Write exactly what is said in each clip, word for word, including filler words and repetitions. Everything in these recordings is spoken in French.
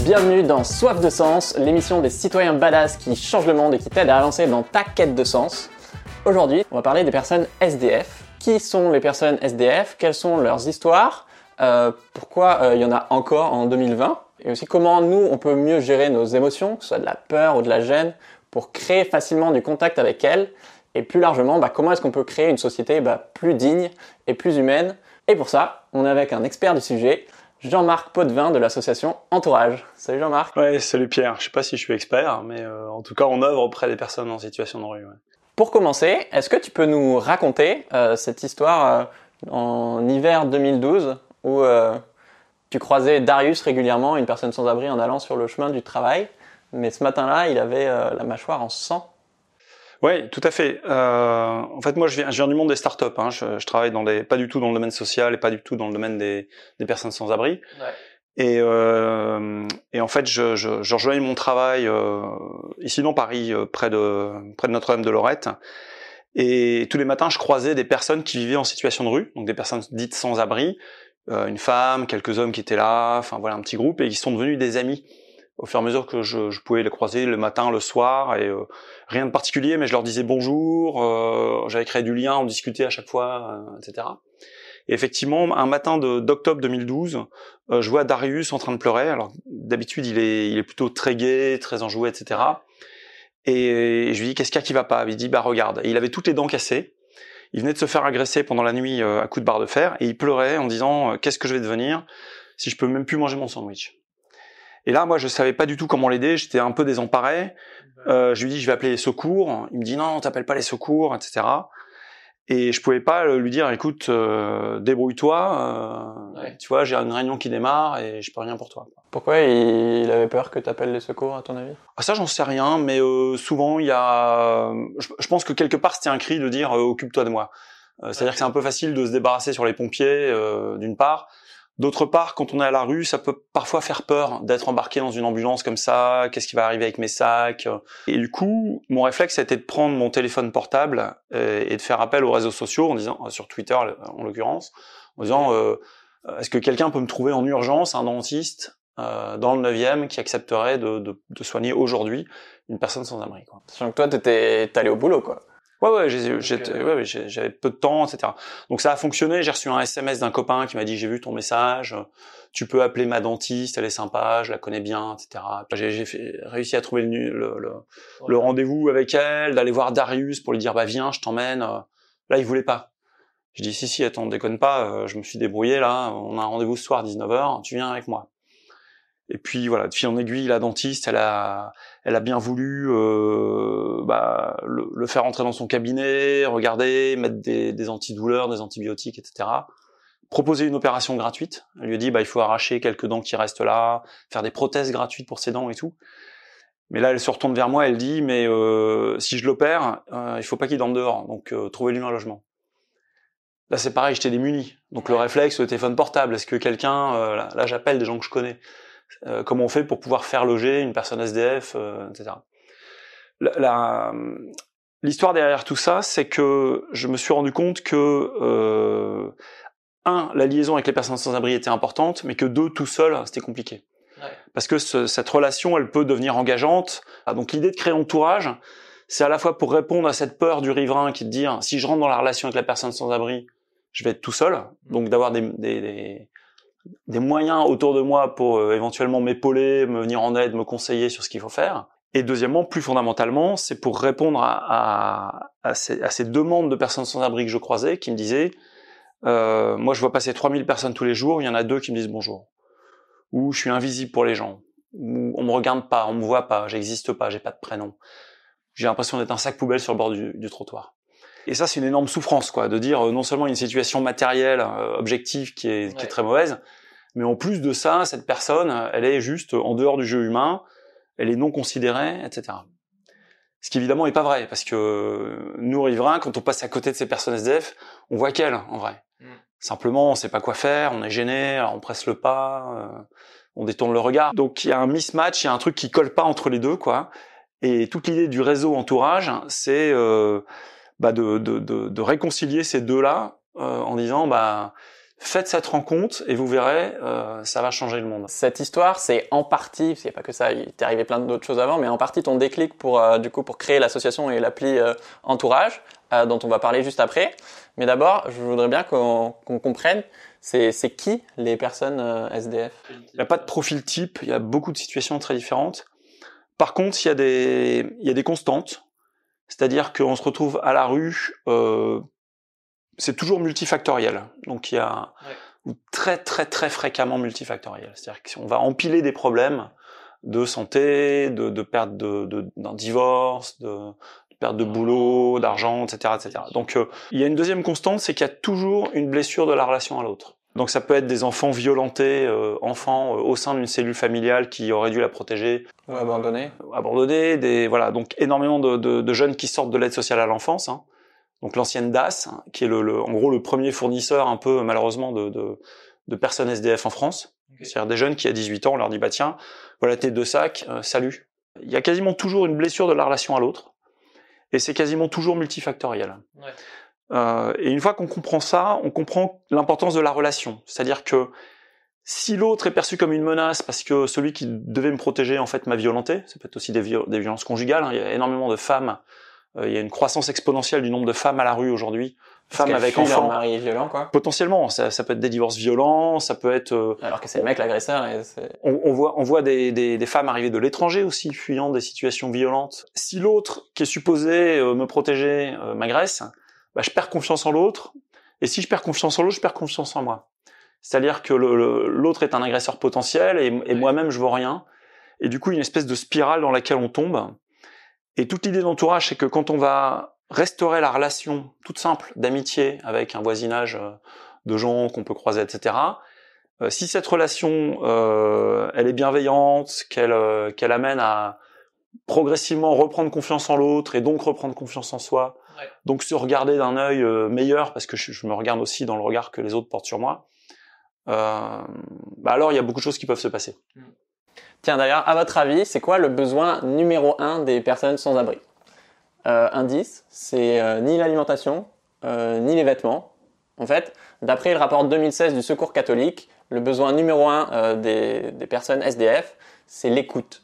Bienvenue dans Soif de Sens, l'émission des citoyens badass qui changent le monde et qui t'aident à avancer dans ta quête de sens. Aujourd'hui, on va parler des personnes S D F. Qui sont les personnes S D F? Quelles sont leurs histoires? euh, Pourquoi euh, il y en a encore en deux mille vingt? Et aussi comment nous, on peut mieux gérer nos émotions, que ce soit de la peur ou de la gêne, pour créer facilement du contact avec elles. Et plus largement, bah, comment est-ce qu'on peut créer une société bah, plus digne et plus humaine. Et pour ça, on est avec un expert du sujet, Jean-Marc Potvin de l'association Entourage. Salut Jean-Marc. Ouais, salut Pierre. Je sais pas si je suis expert, mais euh, en tout cas, on œuvre auprès des personnes en situation de rue. Ouais. Pour commencer, est-ce que tu peux nous raconter euh, cette histoire euh, en hiver deux mille douze où euh, tu croisais Darius régulièrement, une personne sans abri en allant sur le chemin du travail, mais ce matin-là, il avait euh, la mâchoire en sang. Oui, tout à fait. Euh, en fait, moi, je viens, je viens du monde des startups. Hein. Je, je travaille dans des, pas du tout dans le domaine social et pas du tout dans le domaine des, des personnes sans abri. Ouais. Et, euh, et en fait, je, je, je rejoignais mon travail euh, ici dans Paris, euh, près de près de Notre-Dame de Lorette. Et tous les matins, je croisais des personnes qui vivaient en situation de rue, donc des personnes dites sans abri, euh, une femme, quelques hommes qui étaient là, enfin voilà, un petit groupe, et qui sont devenus des amis au fur et à mesure que je, je pouvais les croiser le matin, le soir, et euh, rien de particulier, mais je leur disais bonjour, euh, j'avais créé du lien, on discutait à chaque fois, euh, et cetera. Et effectivement, un matin de, d'octobre deux mille douze, euh, je vois Darius en train de pleurer. Alors d'habitude, il est, il est plutôt très gai, très enjoué, et cetera. Et, et je lui dis, qu'est-ce qu'il y a qui va pas? Il dit, bah regarde, et il avait toutes les dents cassées. Il venait de se faire agresser pendant la nuit euh, à coups de barre de fer, et il pleurait en disant, euh, qu'est-ce que je vais devenir si je peux même plus manger mon sandwich? Et là, moi, je savais pas du tout comment l'aider. J'étais un peu désemparé. Euh, je lui dis, je vais appeler les secours. Il me dit, non, t'appelles pas les secours, et cetera. Et je pouvais pas lui dire, écoute, euh, débrouille-toi. Euh, ouais. Tu vois, j'ai une réunion qui démarre et je peux rien pour toi. Pourquoi il avait peur que t'appelles les secours, à ton avis? Ah, ça, j'en sais rien, mais euh, souvent, il y a... Je, je pense que quelque part, c'était un cri de dire, euh, occupe-toi de moi. Euh, c'est-à-dire que c'est un peu facile de se débarrasser sur les pompiers, euh, d'une part. D'autre part, quand on est à la rue, ça peut parfois faire peur d'être embarqué dans une ambulance comme ça. Qu'est-ce qui va arriver avec mes sacs? Et du coup, mon réflexe a été de prendre mon téléphone portable et de faire appel aux réseaux sociaux, en disant, sur Twitter en l'occurrence, en disant euh, est-ce que quelqu'un peut me trouver en urgence un dentiste euh, dans le neuvième qui accepterait de, de, de soigner aujourd'hui une personne sans abri, quoi. Sachant que toi, t'étais, t'allais au boulot, quoi. Ouais, ouais, j'ai, j'étais, ouais, ouais, j'avais peu de temps, et cetera. Donc ça a fonctionné. J'ai reçu un S M S d'un copain qui m'a dit, j'ai vu ton message, tu peux appeler ma dentiste, elle est sympa, je la connais bien, et cetera. J'ai, j'ai fait, réussi à trouver le, le, le, ouais. le rendez-vous avec elle, d'aller voir Darius pour lui dire, bah viens, je t'emmène. Là, il voulait pas. Je dis, si, si, attends, déconne pas, je me suis débrouillé là, on a un rendez-vous ce soir à dix-neuf heures, tu viens avec moi. Et puis voilà, de fil en aiguille, la dentiste, elle a, elle a bien voulu euh, bah, le, le faire entrer dans son cabinet, regarder, mettre des, des antidouleurs, des antibiotiques, et cetera. Proposer une opération gratuite. Elle lui a dit, bah il faut arracher quelques dents qui restent là, faire des prothèses gratuites pour ses dents et tout. Mais là, elle se retourne vers moi, elle dit, mais euh, si je l'opère, euh, il faut pas qu'il dorme dehors, donc euh, trouvez-lui un logement. Là, c'est pareil, j'étais démuni. Donc le réflexe, le téléphone portable, est-ce que quelqu'un, euh, là, là, j'appelle des gens que je connais. Euh, comment on fait pour pouvoir faire loger une personne S D F, euh, et cetera. La, la, l'histoire derrière tout ça, c'est que je me suis rendu compte que euh, un, la liaison avec les personnes sans abri était importante, mais que deux, tout seul, c'était compliqué. Ouais. Parce que ce, cette relation, elle peut devenir engageante. Donc l'idée de créer Entourage, c'est à la fois pour répondre à cette peur du riverain qui est de dire, si je rentre dans la relation avec la personne sans abri, je vais être tout seul. Donc d'avoir des, des, des des moyens autour de moi pour euh, éventuellement m'épauler, me venir en aide, me conseiller sur ce qu'il faut faire. Et deuxièmement, plus fondamentalement, c'est pour répondre à, à, à, ces, à ces demandes de personnes sans abri que je croisais, qui me disaient euh, moi je vois passer trois mille personnes tous les jours, il y en a deux qui me disent bonjour. Ou je suis invisible pour les gens. Ou on me regarde pas, on me voit pas, j'existe pas, j'ai pas de prénom. J'ai l'impression d'être un sac poubelle sur le bord du, du trottoir. Et ça, c'est une énorme souffrance, quoi, de dire euh, non seulement une situation matérielle, euh, objective qui est, ouais. qui est très mauvaise, mais en plus de ça, cette personne, elle est juste en dehors du jeu humain, elle est non considérée, et cetera. Ce qui évidemment est pas vrai, parce que nous riverains, quand on passe à côté de ces personnes S D F, on voit qu'elles, en vrai. Mm. Simplement, on sait pas quoi faire, on est gêné, alors on presse le pas, euh, on détourne le regard. Donc il y a un mismatch, il y a un truc qui colle pas entre les deux, quoi. Et toute l'idée du réseau Entourage, c'est euh, bah de, de, de, de réconcilier ces deux-là euh, en disant bah Faites cette rencontre et vous verrez, euh, ça va changer le monde. Cette histoire, c'est en partie, parce qu'il n'y a pas que ça, il t'est arrivé plein d'autres choses avant, mais en partie ton déclic pour euh, du coup pour créer l'association et l'appli euh, Entourage, euh, dont on va parler juste après. Mais d'abord, je voudrais bien qu'on, qu'on comprenne, c'est, c'est qui les personnes euh, S D F? Il n'y a pas de profil type, il y a beaucoup de situations très différentes. Par contre, il y a des, il y a des constantes, c'est-à-dire qu'on se retrouve à la rue. Euh, c'est toujours multifactoriel. Donc il y a ouais. très très très fréquemment multifactoriel. C'est-à-dire qu'on va empiler des problèmes de santé, de, de perte de, de, d'un divorce, de, de perte de boulot, d'argent, et cetera, et cetera. Donc euh, il y a une deuxième constante, c'est qu'il y a toujours une blessure de la relation à l'autre. Donc ça peut être des enfants violentés, euh, enfants euh, au sein d'une cellule familiale qui aurait dû la protéger, ou abandonnés, euh, abandonnés, des voilà, donc énormément de, de, de jeunes qui sortent de l'aide sociale à l'enfance. Hein. Donc l'ancienne D A S, hein, qui est le, le, en gros le premier fournisseur un peu malheureusement de, de, de personnes S D F en France. Okay. C'est-à-dire des jeunes qui à dix-huit ans, on leur dit bah tiens, voilà tes deux sacs, euh, salut. Il y a quasiment toujours une blessure de la relation à l'autre, et c'est quasiment toujours multifactoriel. Ouais. Euh, et une fois qu'on comprend ça, on comprend l'importance de la relation. C'est-à-dire que si l'autre est perçu comme une menace parce que celui qui devait me protéger en fait m'a violenté, ça peut être aussi des, viol- des violences conjugales. Hein. Il y a énormément de femmes. Euh, il y a une croissance exponentielle du nombre de femmes à la rue aujourd'hui. Femmes avec enfants. Leur mari est violent, quoi. Potentiellement, ça, ça peut être des divorces violents, ça peut être. Euh, Alors que c'est le mec l'agresseur. Et c'est... On, on voit, on voit des, des, des femmes arriver de l'étranger aussi, fuyant des situations violentes. Si l'autre qui est supposé euh, me protéger euh, m'agresse, bah, je perds confiance en l'autre. Et si je perds confiance en l'autre, je perds confiance en moi. C'est-à-dire que le, le, l'autre est un agresseur potentiel et, et moi-même je vaux rien. Et du coup, il y a une espèce de spirale dans laquelle on tombe. Et toute l'idée d'entourage, c'est que quand on va restaurer la relation toute simple d'amitié avec un voisinage de gens qu'on peut croiser, et cetera, euh, si cette relation, euh, elle est bienveillante, qu'elle, euh, qu'elle amène à progressivement reprendre confiance en l'autre et donc reprendre confiance en soi, ouais. donc se regarder d'un œil euh, meilleur, parce que je, je me regarde aussi dans le regard que les autres portent sur moi, euh, bah alors il y a beaucoup de choses qui peuvent se passer. Mm. Tiens, d'ailleurs, à votre avis, c'est quoi le besoin numéro un des personnes sans abri? euh, Indice, c'est euh, ni l'alimentation, euh, ni les vêtements. En fait, d'après le rapport deux mille seize du Secours catholique, le besoin numéro un euh, des, des personnes S D F, c'est l'écoute.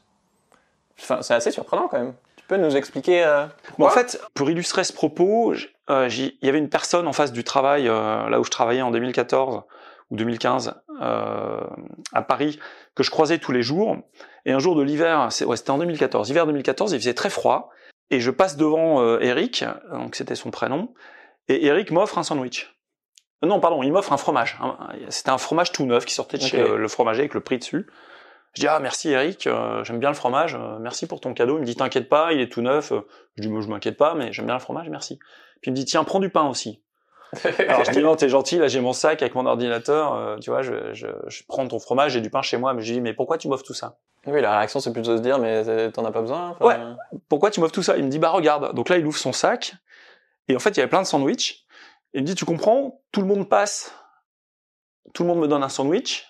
Enfin, c'est assez surprenant quand même. Tu peux nous expliquer euh, bon, en fait, pour illustrer ce propos, euh, il y avait une personne en face du travail, euh, là où je travaillais en deux mille quatorze ou deux mille quinze, euh, à Paris, que je croisais tous les jours. Et un jour de l'hiver, c'est, ouais, c'était en deux mille quatorze, hiver deux mille quatorze, il faisait très froid. Et je passe devant euh, Eric, donc c'était son prénom, et Eric m'offre un sandwich. Non, pardon, il m'offre un fromage. C'était un fromage tout neuf qui sortait de okay. chez euh, le fromager avec le prix dessus. Je dis ah merci Eric, euh, j'aime bien le fromage, euh, merci pour ton cadeau. Il me dit t'inquiète pas, il est tout neuf. Je dis moi je m'inquiète pas, mais j'aime bien le fromage, merci. Puis il me dit tiens prends du pain aussi. Alors je dis non t'es gentil, là j'ai mon sac avec mon ordinateur, euh, tu vois, je, je, je prends ton fromage, j'ai du pain chez moi, mais je dis mais pourquoi tu m'offres tout ça? Oui, la réaction c'est plutôt de se dire mais t'en as pas besoin. Enfin... Ouais. Pourquoi tu m'offres tout ça? Il me dit bah regarde. Donc là il ouvre son sac et en fait il y avait plein de sandwichs. Il me dit tu comprends, tout le monde passe, tout le monde me donne un sandwich.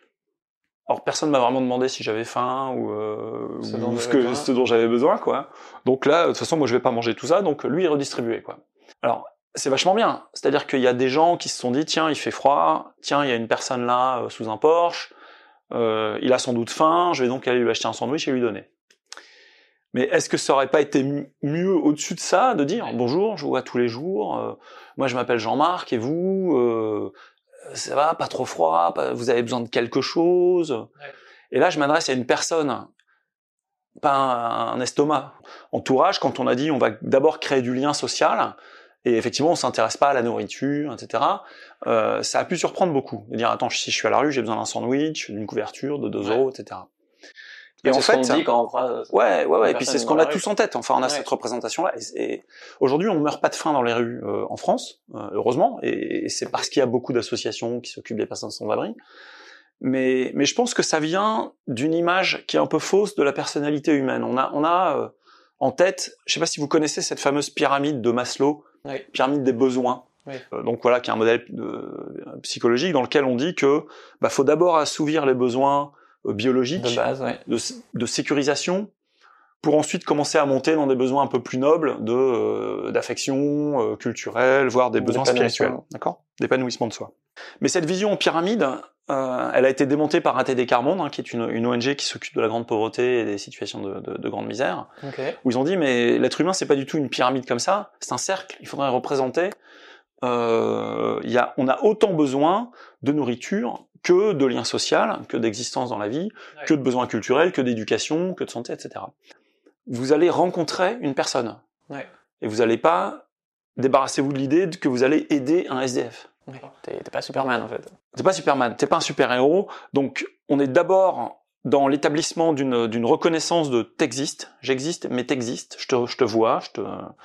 Alors personne m'a vraiment demandé si j'avais faim ou, euh, ce, ou dont ce, que, ce dont j'avais besoin, quoi. Donc là, de toute façon, moi je vais pas manger tout ça, donc lui il redistribuait, quoi. Alors c'est vachement bien, c'est-à-dire qu'il y a des gens qui se sont dit tiens il fait froid, tiens il y a une personne là euh, sous un Porsche, euh, il a sans doute faim, je vais donc aller lui acheter un sandwich et lui donner. Mais est-ce que ça aurait pas été mieux au-dessus de ça de dire bonjour, je vous vois tous les jours, euh, moi je m'appelle Jean-Marc et vous euh, ça va, pas trop froid, pas, vous avez besoin de quelque chose. Ouais. Et là, je m'adresse à une personne, pas un, un estomac. Entourage, quand on a dit on va d'abord créer du lien social, et effectivement on s'intéresse pas à la nourriture, et cetera. Euh, ça a pu surprendre beaucoup. De dire attends, si je suis à la rue, j'ai besoin d'un sandwich, d'une couverture, de deux ouais. euros, et cetera. Et en fait, ce qu'on dit quand on croise. Ouais, ouais, ouais. Et puis c'est ce qu'on a tous en tête. Enfin, on a ouais. cette représentation-là. Et, et aujourd'hui, on meurt pas de faim dans les rues euh, en France, euh, heureusement. Et, et c'est parce qu'il y a beaucoup d'associations qui s'occupent des personnes sans abri. Mais, mais je pense que ça vient d'une image qui est un peu fausse de la personnalité humaine. On a, on a euh, en tête, je sais pas si vous connaissez cette fameuse pyramide de Maslow, oui. pyramide des besoins. Oui. Euh, donc voilà, qui est un modèle euh, psychologique dans lequel on dit que bah faut d'abord assouvir les besoins biologique, de base, ouais. de, de sécurisation, pour ensuite commencer à monter dans des besoins un peu plus nobles de euh, d'affection euh, culturelle, voire des besoins spirituels, d'accord, d'épanouissement de soi. Mais cette vision en pyramide, euh, elle a été démontée par A T D Quart Monde, hein, qui est une, une O N G qui s'occupe de la grande pauvreté et des situations de, de, de grande misère, okay. où ils ont dit mais l'être humain c'est pas du tout une pyramide comme ça, c'est un cercle. Il faudrait représenter. Euh, y a, on a autant besoin de nourriture que de liens sociaux, que d'existence dans la vie, ouais. que de besoins culturels, que d'éducation, que de santé, et cetera. Vous allez rencontrer une personne, ouais. et vous n'allez pas débarrassez-vous de l'idée que vous allez aider un S D F. Ouais, t'es, t'es pas Superman en fait. T'es pas Superman, t'es pas un super-héros. Donc on est d'abord dans l'établissement d'une, d'une reconnaissance de t'existes, j'existe, mais t'existes, je te, je te vois, je te,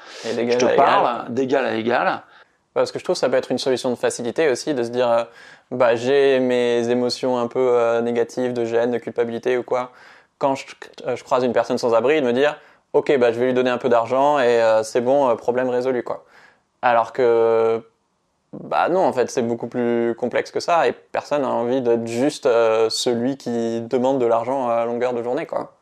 je te parle, d'égal à égal. Parce que je trouve que ça peut être une solution de facilité aussi, de se dire euh, bah j'ai mes émotions un peu euh, négatives, de gêne, de culpabilité ou quoi. Quand je, euh, je croise une personne sans abri, de me dire ok bah je vais lui donner un peu d'argent et euh, c'est bon, euh, problème résolu quoi. Alors que bah non en fait c'est beaucoup plus complexe que ça et personne n'a envie d'être juste euh, celui qui demande de l'argent à longueur de journée quoi.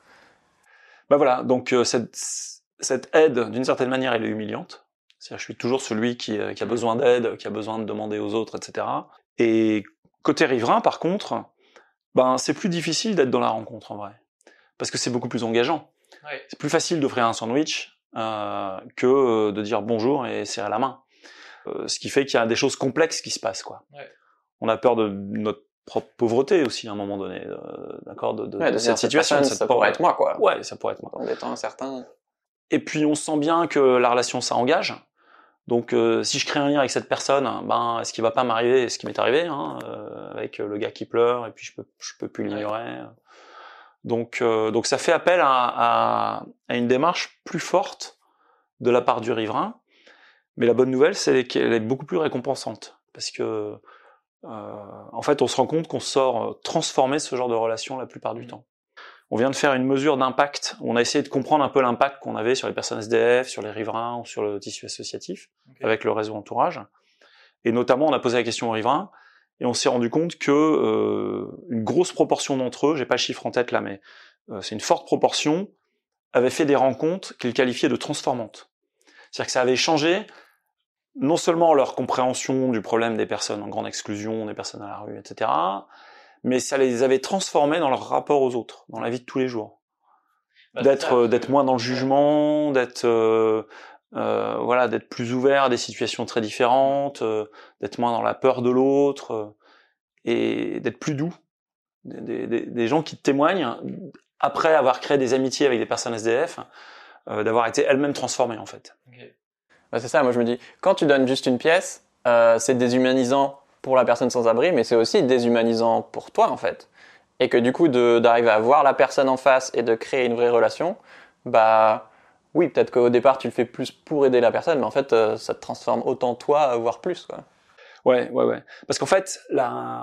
Bah voilà donc euh, cette cette aide d'une certaine manière elle est humiliante. C'est-à-dire, je suis toujours celui qui, qui a besoin d'aide, qui a besoin de demander aux autres, et cetera. Et côté riverain, par contre, ben c'est plus difficile d'être dans la rencontre en vrai, parce que c'est beaucoup plus engageant. Ouais. C'est plus facile d'offrir un sandwich euh, que de dire bonjour et serrer la main. Euh, ce qui fait qu'il y a des choses complexes qui se passent, quoi. Ouais. On a peur de notre propre pauvreté aussi à un moment donné, euh, d'accord, de, de, ouais, de, de cette situation. Personne, ça pourrait être moi, quoi. Ouais, ça pourrait être moi. En étant certain. Et puis on sent bien que la relation ça engage. Donc, euh, si je crée un lien avec cette personne, ben, est-ce qu'il va pas m'arriver ce qui m'est arrivé, hein, euh, avec le gars qui pleure et puis je peux, je peux plus l'ignorer. Ouais. Donc, euh, donc ça fait appel à, à, à une démarche plus forte de la part du riverain. Mais la bonne nouvelle, c'est qu'elle est beaucoup plus récompensante, parce que, euh, en fait, on se rend compte qu'on sort transformer ce genre de relation la plupart du temps. On vient de faire une mesure d'impact. On a essayé de comprendre un peu l'impact qu'on avait sur les personnes S D F, sur les riverains ou sur le tissu associatif, okay. avec le réseau entourage. Et notamment, on a posé la question aux riverains et on s'est rendu compte que euh, une grosse proportion d'entre eux, j'ai pas le chiffre en tête là, mais euh, c'est une forte proportion, avaient fait des rencontres qu'ils qualifiaient de transformantes. C'est-à-dire que ça avait changé non seulement leur compréhension du problème des personnes en grande exclusion, des personnes à la rue, et cetera, mais ça les avait transformés dans leur rapport aux autres, dans la vie de tous les jours. Bah, d'être, euh, d'être moins dans le jugement, d'être, euh, euh, voilà, d'être plus ouvert à des situations très différentes, euh, d'être moins dans la peur de l'autre, euh, et d'être plus doux. Des, des, des gens qui témoignent, après avoir créé des amitiés avec des personnes S D F, euh, d'avoir été elles-mêmes transformées, en fait. Okay. Bah, c'est ça, moi je me dis, quand tu donnes juste une pièce, euh, c'est déshumanisant pour la personne sans abri, mais c'est aussi déshumanisant pour toi en fait. Et que du coup, de, d'arriver à voir la personne en face et de créer une vraie relation, bah oui, peut-être qu'au départ tu le fais plus pour aider la personne, mais en fait euh, ça te transforme autant toi, voire plus quoi. Ouais, ouais, ouais. Parce qu'en fait, la,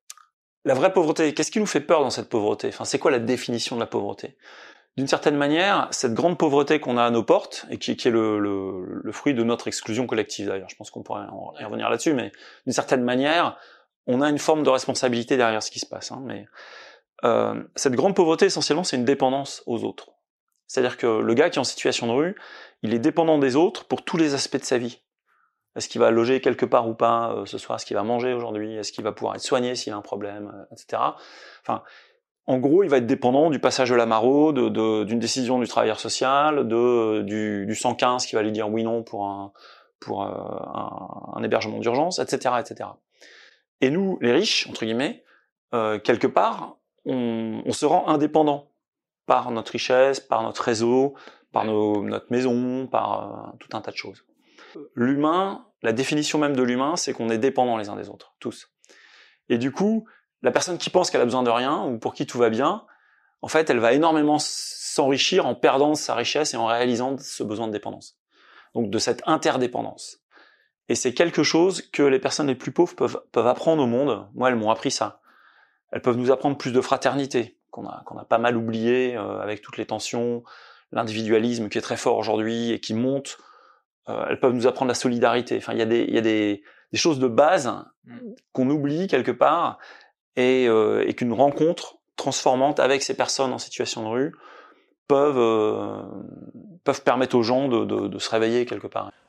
la vraie pauvreté, qu'est-ce qui nous fait peur dans cette pauvreté ? Enfin, c'est quoi la définition de la pauvreté ? D'une certaine manière, cette grande pauvreté qu'on a à nos portes, et qui, qui est le, le, le fruit de notre exclusion collective d'ailleurs, je pense qu'on pourrait en, y revenir là-dessus, mais d'une certaine manière, on a une forme de responsabilité derrière ce qui se passe. Hein, mais euh, cette grande pauvreté, essentiellement, c'est une dépendance aux autres. C'est-à-dire que le gars qui est en situation de rue, il est dépendant des autres pour tous les aspects de sa vie. Est-ce qu'il va loger quelque part ou pas euh, ce soir ? Est-ce qu'il va manger aujourd'hui ? Est-ce qu'il va pouvoir être soigné s'il a un problème, euh, et cetera. Enfin, en gros, il va être dépendant du passage de la maraude, de, de, d'une décision du travailleur social, de, du, du cent quinze qui va lui dire oui non pour un, pour un, un hébergement d'urgence, et cetera, et cetera. Et nous, les riches, entre guillemets, euh, quelque part, on, on se rend indépendant par notre richesse, par notre réseau, par nos, notre maison, par euh, tout un tas de choses. L'humain, la définition même de l'humain, c'est qu'on est dépendants les uns des autres, tous. Et du coup, la personne qui pense qu'elle a besoin de rien, ou pour qui tout va bien, en fait, elle va énormément s'enrichir en perdant sa richesse et en réalisant ce besoin de dépendance. Donc de cette interdépendance. Et c'est quelque chose que les personnes les plus pauvres peuvent, peuvent apprendre au monde. Moi, elles m'ont appris ça. Elles peuvent nous apprendre plus de fraternité, qu'on a, qu'on a pas mal oublié euh, avec toutes les tensions, l'individualisme qui est très fort aujourd'hui et qui monte. Euh, elles peuvent nous apprendre la solidarité. Enfin, il y a des, il y a des, des choses de base qu'on oublie quelque part, et, euh, et qu'une rencontre transformante avec ces personnes en situation de rue peuvent, euh, peuvent permettre aux gens de, de, de se réveiller quelque part.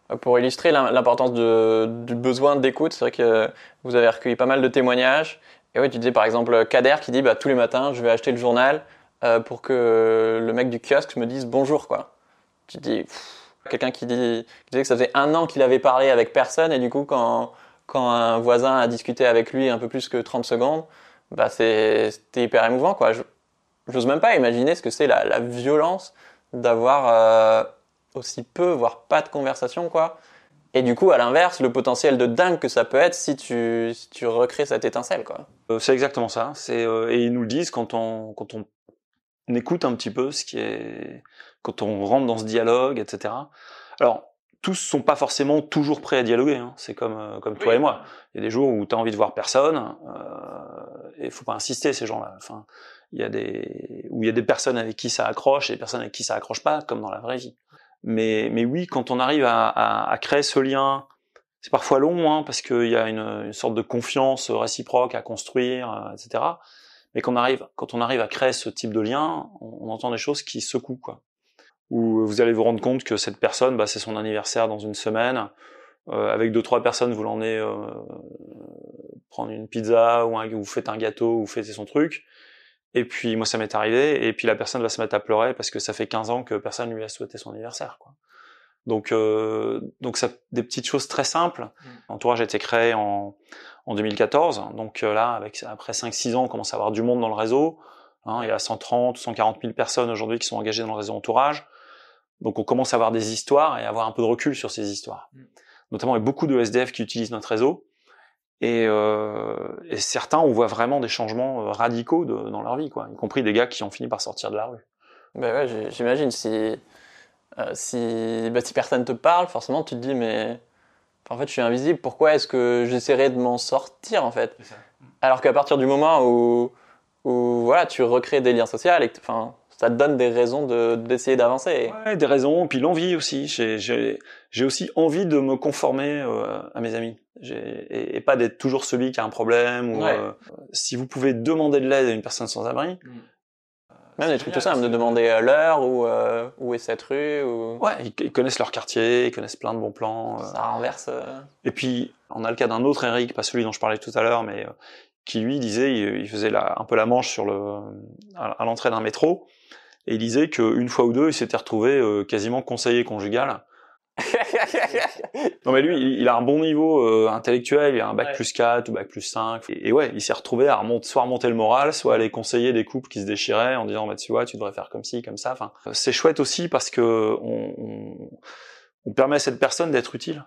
Pour illustrer l'importance de, du besoin d'écoute, c'est vrai que vous avez recueilli pas mal de témoignages. Et oui, tu disais par exemple Kader qui dit bah, tous les matins je vais acheter le journal euh, pour que le mec du kiosque me dise bonjour quoi. Tu te dis quelqu'un qui, dit, qui disait que ça faisait un an qu'il avait parlé avec personne et du coup quand quand un voisin a discuté avec lui un peu plus que trente secondes, bah c'est c'était hyper émouvant quoi. Je, j'ose même pas imaginer ce que c'est la, la violence d'avoir euh, aussi peu voire pas de conversation quoi. Et du coup, à l'inverse, le potentiel de dingue que ça peut être si tu, si tu recrées cette étincelle, quoi. Euh, c'est exactement ça. C'est, euh, et ils nous le disent quand on, quand on écoute un petit peu ce qui est, quand on rentre dans ce dialogue, et cetera. Alors, tous sont pas forcément toujours prêts à dialoguer. Hein. C'est comme, euh, comme toi Oui. et moi. Il y a des jours où tu as envie de voir personne, euh, et il faut pas insister ces gens-là. Enfin, il y a des, où il y a des personnes avec qui ça accroche et des personnes avec qui ça accroche pas, comme dans la vraie vie. Mais, mais oui, quand on arrive à, à, à créer ce lien, c'est parfois long, hein, parce qu'il y a une, une sorte de confiance réciproque à construire, euh, et cetera. Mais quand on arrive, quand on arrive à créer ce type de lien, on, on entend des choses qui secouent, quoi. Où vous allez vous rendre compte que cette personne, bah, c'est son anniversaire dans une semaine. Euh, avec deux trois personnes, vous l'emmenez euh, prendre une pizza ou un, vous faites un gâteau, ou vous faites son truc. Et puis moi ça m'est arrivé, et puis la personne va se mettre à pleurer parce que ça fait quinze ans que personne lui a souhaité son anniversaire, quoi. Donc euh, donc ça, des petites choses très simples. Mmh. L'entourage a été créé en en deux mille quatorze, donc euh, là avec après cinq six ans on commence à avoir du monde dans le réseau. Hein, il y a cent trente, cent quarante mille personnes aujourd'hui qui sont engagées dans le réseau entourage. Donc on commence à avoir des histoires et à avoir un peu de recul sur ces histoires. Mmh. Notamment avec beaucoup de S D F qui utilisent notre réseau. Et, euh, et certains, on voit vraiment des changements radicaux de, dans leur vie, quoi, y compris des gars qui ont fini par sortir de la rue. Ben ouais, j'imagine si euh, si bah, si personne te parle, forcément tu te dis mais en fait je suis invisible. Pourquoi est-ce que j'essaierais de m'en sortir en fait? Alors qu'à partir du moment où où voilà tu recrées des liens sociaux et que enfin ça te donne des raisons de d'essayer d'avancer. Ouais, des raisons, puis l'envie aussi. J'ai j'ai j'ai aussi envie de me conformer euh, à mes amis. J'ai, et, et pas d'être toujours celui qui a un problème. Ou, ouais. euh, si vous pouvez demander de l'aide à une personne sans abri. Mm. Même des trucs tout simples, de demander l'heure ou euh, où est cette rue. Ou... Ouais, ils, ils connaissent leur quartier, ils connaissent plein de bons plans. Euh. Ça renverse. Euh... Et puis on a le cas d'un autre Eric, pas celui dont je parlais tout à l'heure, mais euh, qui lui disait, il, il faisait la, un peu la manche sur le à, à l'entrée d'un métro. Et il disait qu'une fois ou deux, il s'était retrouvé euh, quasiment conseiller conjugal. Non mais lui, il, il a un bon niveau euh, intellectuel, il a un bac ouais. plus quatre ou bac plus cinq. Et, et ouais, il s'est retrouvé à remonter, soit remonter le moral, soit aller conseiller des couples qui se déchiraient en disant bah tu vois, tu devrais faire comme ci, comme ça. Enfin, c'est chouette aussi parce que on, on, on permet à cette personne d'être utile.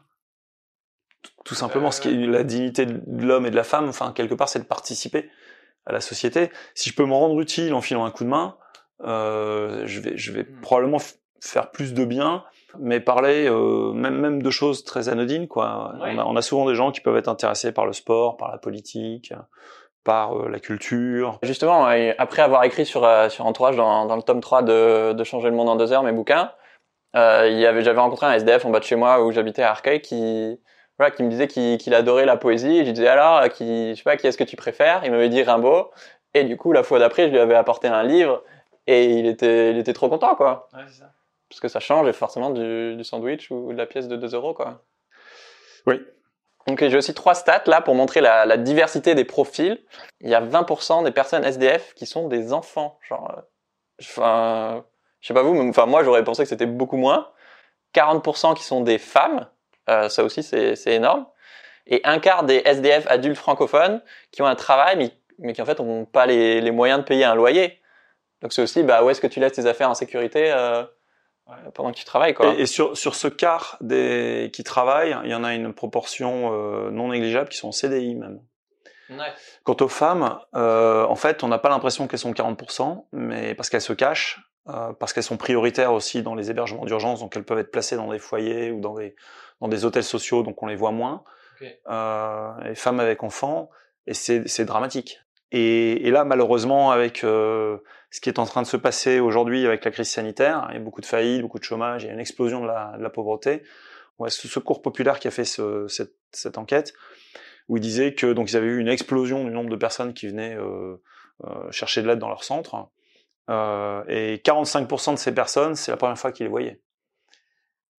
Tout simplement, euh... ce qui est la dignité de l'homme et de la femme, enfin quelque part, c'est de participer à la société. Si je peux me rendre utile en filant un coup de main, Euh, je vais, je vais mmh. probablement f- faire plus de bien, mais parler euh, même même de choses très anodines, quoi. Ouais. On a, on a souvent des gens qui peuvent être intéressés par le sport, par la politique, par euh, la culture. Justement, après avoir écrit sur euh, sur Entourage dans, dans le tome trois de, de Changer le monde en deux heures, mes bouquins, euh, il y avait, j'avais rencontré un S D F en bas de chez moi où j'habitais à Arcueil qui voilà, qui me disait qu'il, qu'il adorait la poésie. Et je lui disais alors, qui, je sais pas, qui est-ce que tu préfères? Il m'avait dit Rimbaud. Et du coup, la fois d'après, je lui avais apporté un livre. Et il était, il était trop content, quoi. Ouais, c'est ça. Parce que ça change forcément du, du sandwich ou de la pièce de deux euros, quoi. Oui. Donc j'ai aussi trois stats là pour montrer la, la diversité des profils. Il y a vingt pour cent des personnes S D F qui sont des enfants. Genre, enfin, euh, je sais pas vous, mais enfin moi j'aurais pensé que c'était beaucoup moins. quarante pour cent qui sont des femmes. Euh, ça aussi c'est, c'est énorme. Et un quart des S D F adultes francophones qui ont un travail mais, mais qui en fait n'ont pas les, les moyens de payer un loyer. Donc c'est aussi, bah, où est-ce que tu laisses tes affaires en sécurité euh, ouais. pendant que tu travailles, quoi. Et, et sur, sur ce quart des qui travaillent, il y en a une proportion euh, non négligeable qui sont en C D I même. Ouais. Quant aux femmes, euh, en fait, on n'a pas l'impression qu'elles sont quarante pour cent, mais parce qu'elles se cachent, euh, parce qu'elles sont prioritaires aussi dans les hébergements d'urgence, donc elles peuvent être placées dans des foyers ou dans des dans des hôtels sociaux, donc on les voit moins. Okay. Euh, les femmes avec enfants, et c'est c'est dramatique. Et, et là, malheureusement, avec euh, ce qui est en train de se passer aujourd'hui avec la crise sanitaire, il y a beaucoup de faillites, beaucoup de chômage, il y a une explosion de la, de la pauvreté. Ouais, ce Secours populaire qui a fait ce, cette, cette enquête, où il disait que donc ils avaient eu une explosion du nombre de personnes qui venaient euh, euh, chercher de l'aide dans leur centre, euh, et quarante-cinq pour cent de ces personnes, c'est la première fois qu'ils les voyaient.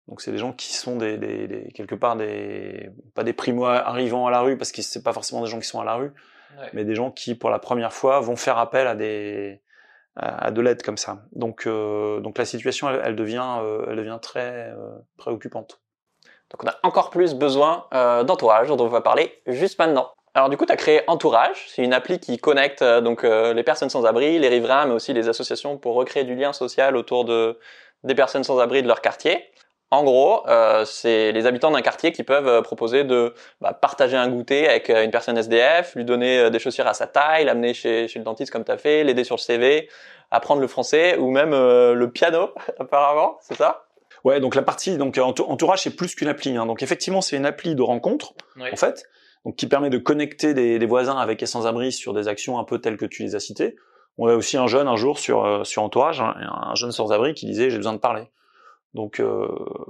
Donc c'est des gens qui sont des, des, des quelque part des pas des primo arrivants à la rue parce que c'est pas forcément des gens qui sont à la rue, ouais. mais des gens qui pour la première fois vont faire appel à des à, à de l'aide comme ça. Donc euh, donc la situation elle, elle devient euh, elle devient très euh, préoccupante. Donc on a encore plus besoin euh, d'entourage dont on va parler juste maintenant. Alors du coup, tu as créé Entourage, c'est une appli qui connecte euh, donc euh, les personnes sans abri, les riverains, mais aussi les associations pour recréer du lien social autour de des personnes sans abri de leur quartier. En gros, euh, c'est les habitants d'un quartier qui peuvent euh, proposer de bah, partager un goûter avec euh, une personne S D F, lui donner euh, des chaussures à sa taille, l'amener chez, chez le dentiste comme tu as fait, l'aider sur le C V, apprendre le français ou même euh, le piano apparemment, c'est ça? Ouais, donc la partie donc Entourage c'est plus qu'une appli. Hein. Donc effectivement, c'est une appli de rencontre oui. en fait, donc qui permet de connecter des, des voisins avec les sans-abri sur des actions un peu telles que tu les as citées. On a aussi un jeune un jour sur euh, sur Entourage, un, un jeune sans-abri qui disait j'ai besoin de parler. Donc, euh,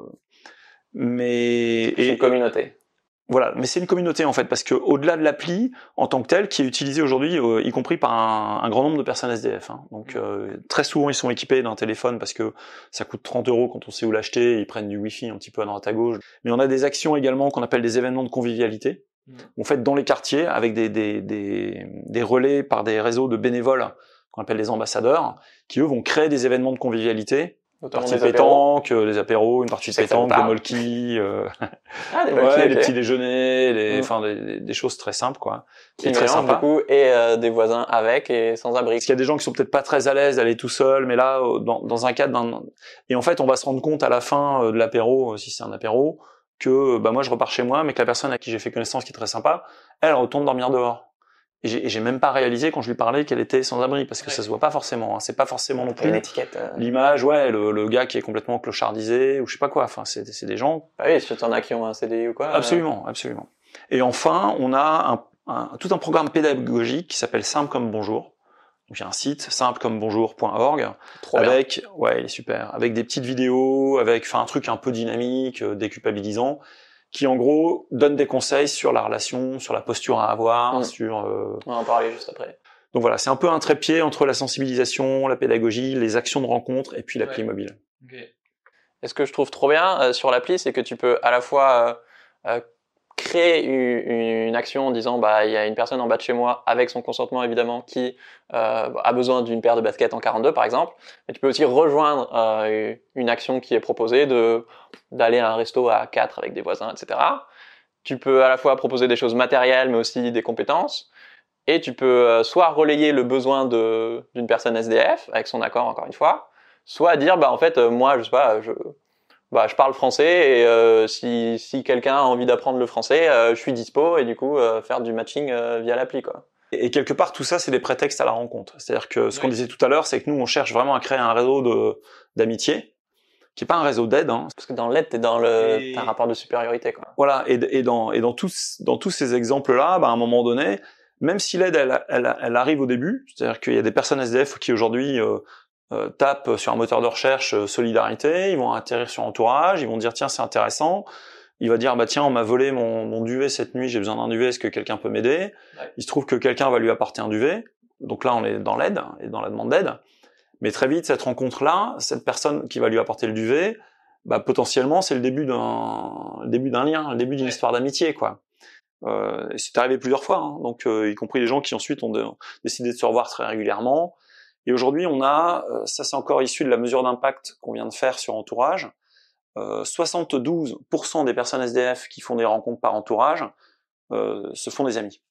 mais c'est une communauté. Voilà, mais c'est une communauté en fait parce que au-delà de l'appli en tant que telle, qui est utilisée aujourd'hui, euh, y compris par un, un grand nombre de personnes S D F. Hein. Donc euh, très souvent ils sont équipés d'un téléphone parce que ça coûte trente euros quand on sait où l'acheter. Ils prennent du Wi-Fi un petit peu à droite à gauche. Mais on a des actions également qu'on appelle des événements de convivialité. Mmh. En fait, dans les quartiers, avec des, des, des, des relais par des réseaux de bénévoles qu'on appelle les ambassadeurs, qui eux vont créer des événements de convivialité. Une partie de pétanque, des apéros, une partie de pétanque, des molki, euh... ah, des, molki, ouais, okay. des petits déjeuners, des, enfin mmh. des, des choses très simples quoi. Qui est très sympa. Beaucoup et euh, des voisins avec et sans abri. Parce qu'il y a des gens qui sont peut-être pas très à l'aise d'aller tout seul, mais là dans, dans un cadre d'un et en fait on va se rendre compte à la fin de l'apéro, si c'est un apéro, que bah moi je repars chez moi, mais que la personne à qui j'ai fait connaissance qui est très sympa, elle retourne dormir dehors. Et j'ai, et j'ai même pas réalisé quand je lui parlais qu'elle était sans abri parce que ouais. ça se voit pas forcément. Hein. C'est pas forcément non plus une étiquette. Euh... L'image, ouais, le, le gars qui est complètement clochardisé ou je sais pas quoi. Enfin, c'est, c'est des gens. Ah oui, si t'en as qui ont un C D I ou quoi. Absolument, euh... absolument. Et enfin, on a un, un, tout un programme pédagogique qui s'appelle Simple comme bonjour. Donc il y a un site simple comme bonjour point org avec, bien. ouais, il est super, avec des petites vidéos, avec, enfin un truc un peu dynamique, euh, déculpabilisant. Qui en gros donne des conseils sur la relation, sur la posture à avoir, mmh. sur. Euh... On va en parler juste après. Donc voilà, c'est un peu un trépied entre la sensibilisation, la pédagogie, les actions de rencontre et puis l'appli ouais. mobile. Okay. Et ce que je trouve trop bien euh, sur l'appli, c'est que tu peux à la fois euh, euh, créer une, une action en disant bah il y a une personne en bas de chez moi avec son consentement évidemment qui euh, a besoin d'une paire de baskets en quarante-deux par exemple, mais tu peux aussi rejoindre euh, une action qui est proposée de d'aller à un resto à quatre avec des voisins, et cetera. Tu peux à la fois proposer des choses matérielles mais aussi des compétences et tu peux euh, soit relayer le besoin de d'une personne S D F avec son accord encore une fois, soit dire bah en fait euh, moi je sais pas je Bah, je parle français et euh, si, si quelqu'un a envie d'apprendre le français, euh, je suis dispo et du coup euh, faire du matching euh, via l'appli quoi. Et, et quelque part tout ça c'est des prétextes à la rencontre. C'est-à-dire que ce oui. qu'on disait tout à l'heure, c'est que nous on cherche vraiment à créer un réseau de d'amitié qui est pas un réseau d'aide. Hein. Parce que dans l'aide t'es dans le et... t'as un rapport de supériorité quoi. Voilà et, et dans et dans tous dans tous ces exemples là, bah, à un moment donné, même si l'aide elle, elle, elle arrive au début, c'est-à-dire qu'il y a des personnes S D F qui aujourd'hui euh, Euh, tapent sur un moteur de recherche euh, solidarité, ils vont atterrir sur Entourage, ils vont dire tiens c'est intéressant, il va dire bah tiens on m'a volé mon, mon duvet cette nuit, j'ai besoin d'un duvet, est-ce que quelqu'un peut m'aider? Ouais. Il se trouve que quelqu'un va lui apporter un duvet, donc là on est dans l'aide et dans la demande d'aide, mais très vite cette rencontre-là, cette personne qui va lui apporter le duvet, bah potentiellement c'est le début d'un le début d'un lien, le début d'une ouais. histoire d'amitié quoi. Euh, c'est arrivé plusieurs fois, hein, donc euh, y compris les gens qui ensuite ont, de, ont décidé de se revoir très régulièrement. Et aujourd'hui, on a, ça c'est encore issu de la mesure d'impact qu'on vient de faire sur Entourage, euh, soixante-douze pour cent des personnes S D F qui font des rencontres par Entourage euh, se font des amis.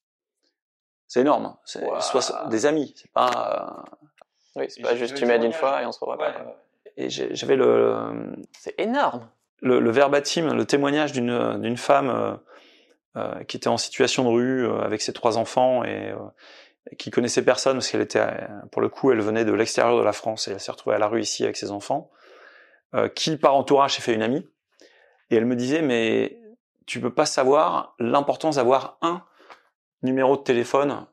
C'est énorme, c'est wow. soixante des amis, c'est pas... Euh... Oui, c'est pas juste tu m'aides une fois et on se revoit ouais. pas. Et j'ai, j'avais le... le c'est énorme. Le, le verbatim, le témoignage d'une, d'une femme euh, euh, qui était en situation de rue euh, avec ses trois enfants et... Euh, qui connaissait personne parce qu'elle était, pour le coup, elle venait de l'extérieur de la France et elle s'est retrouvée à la rue ici avec ses enfants, euh, qui par Entourage s'est fait une amie et elle me disait mais tu peux pas savoir l'importance d'avoir un numéro de téléphone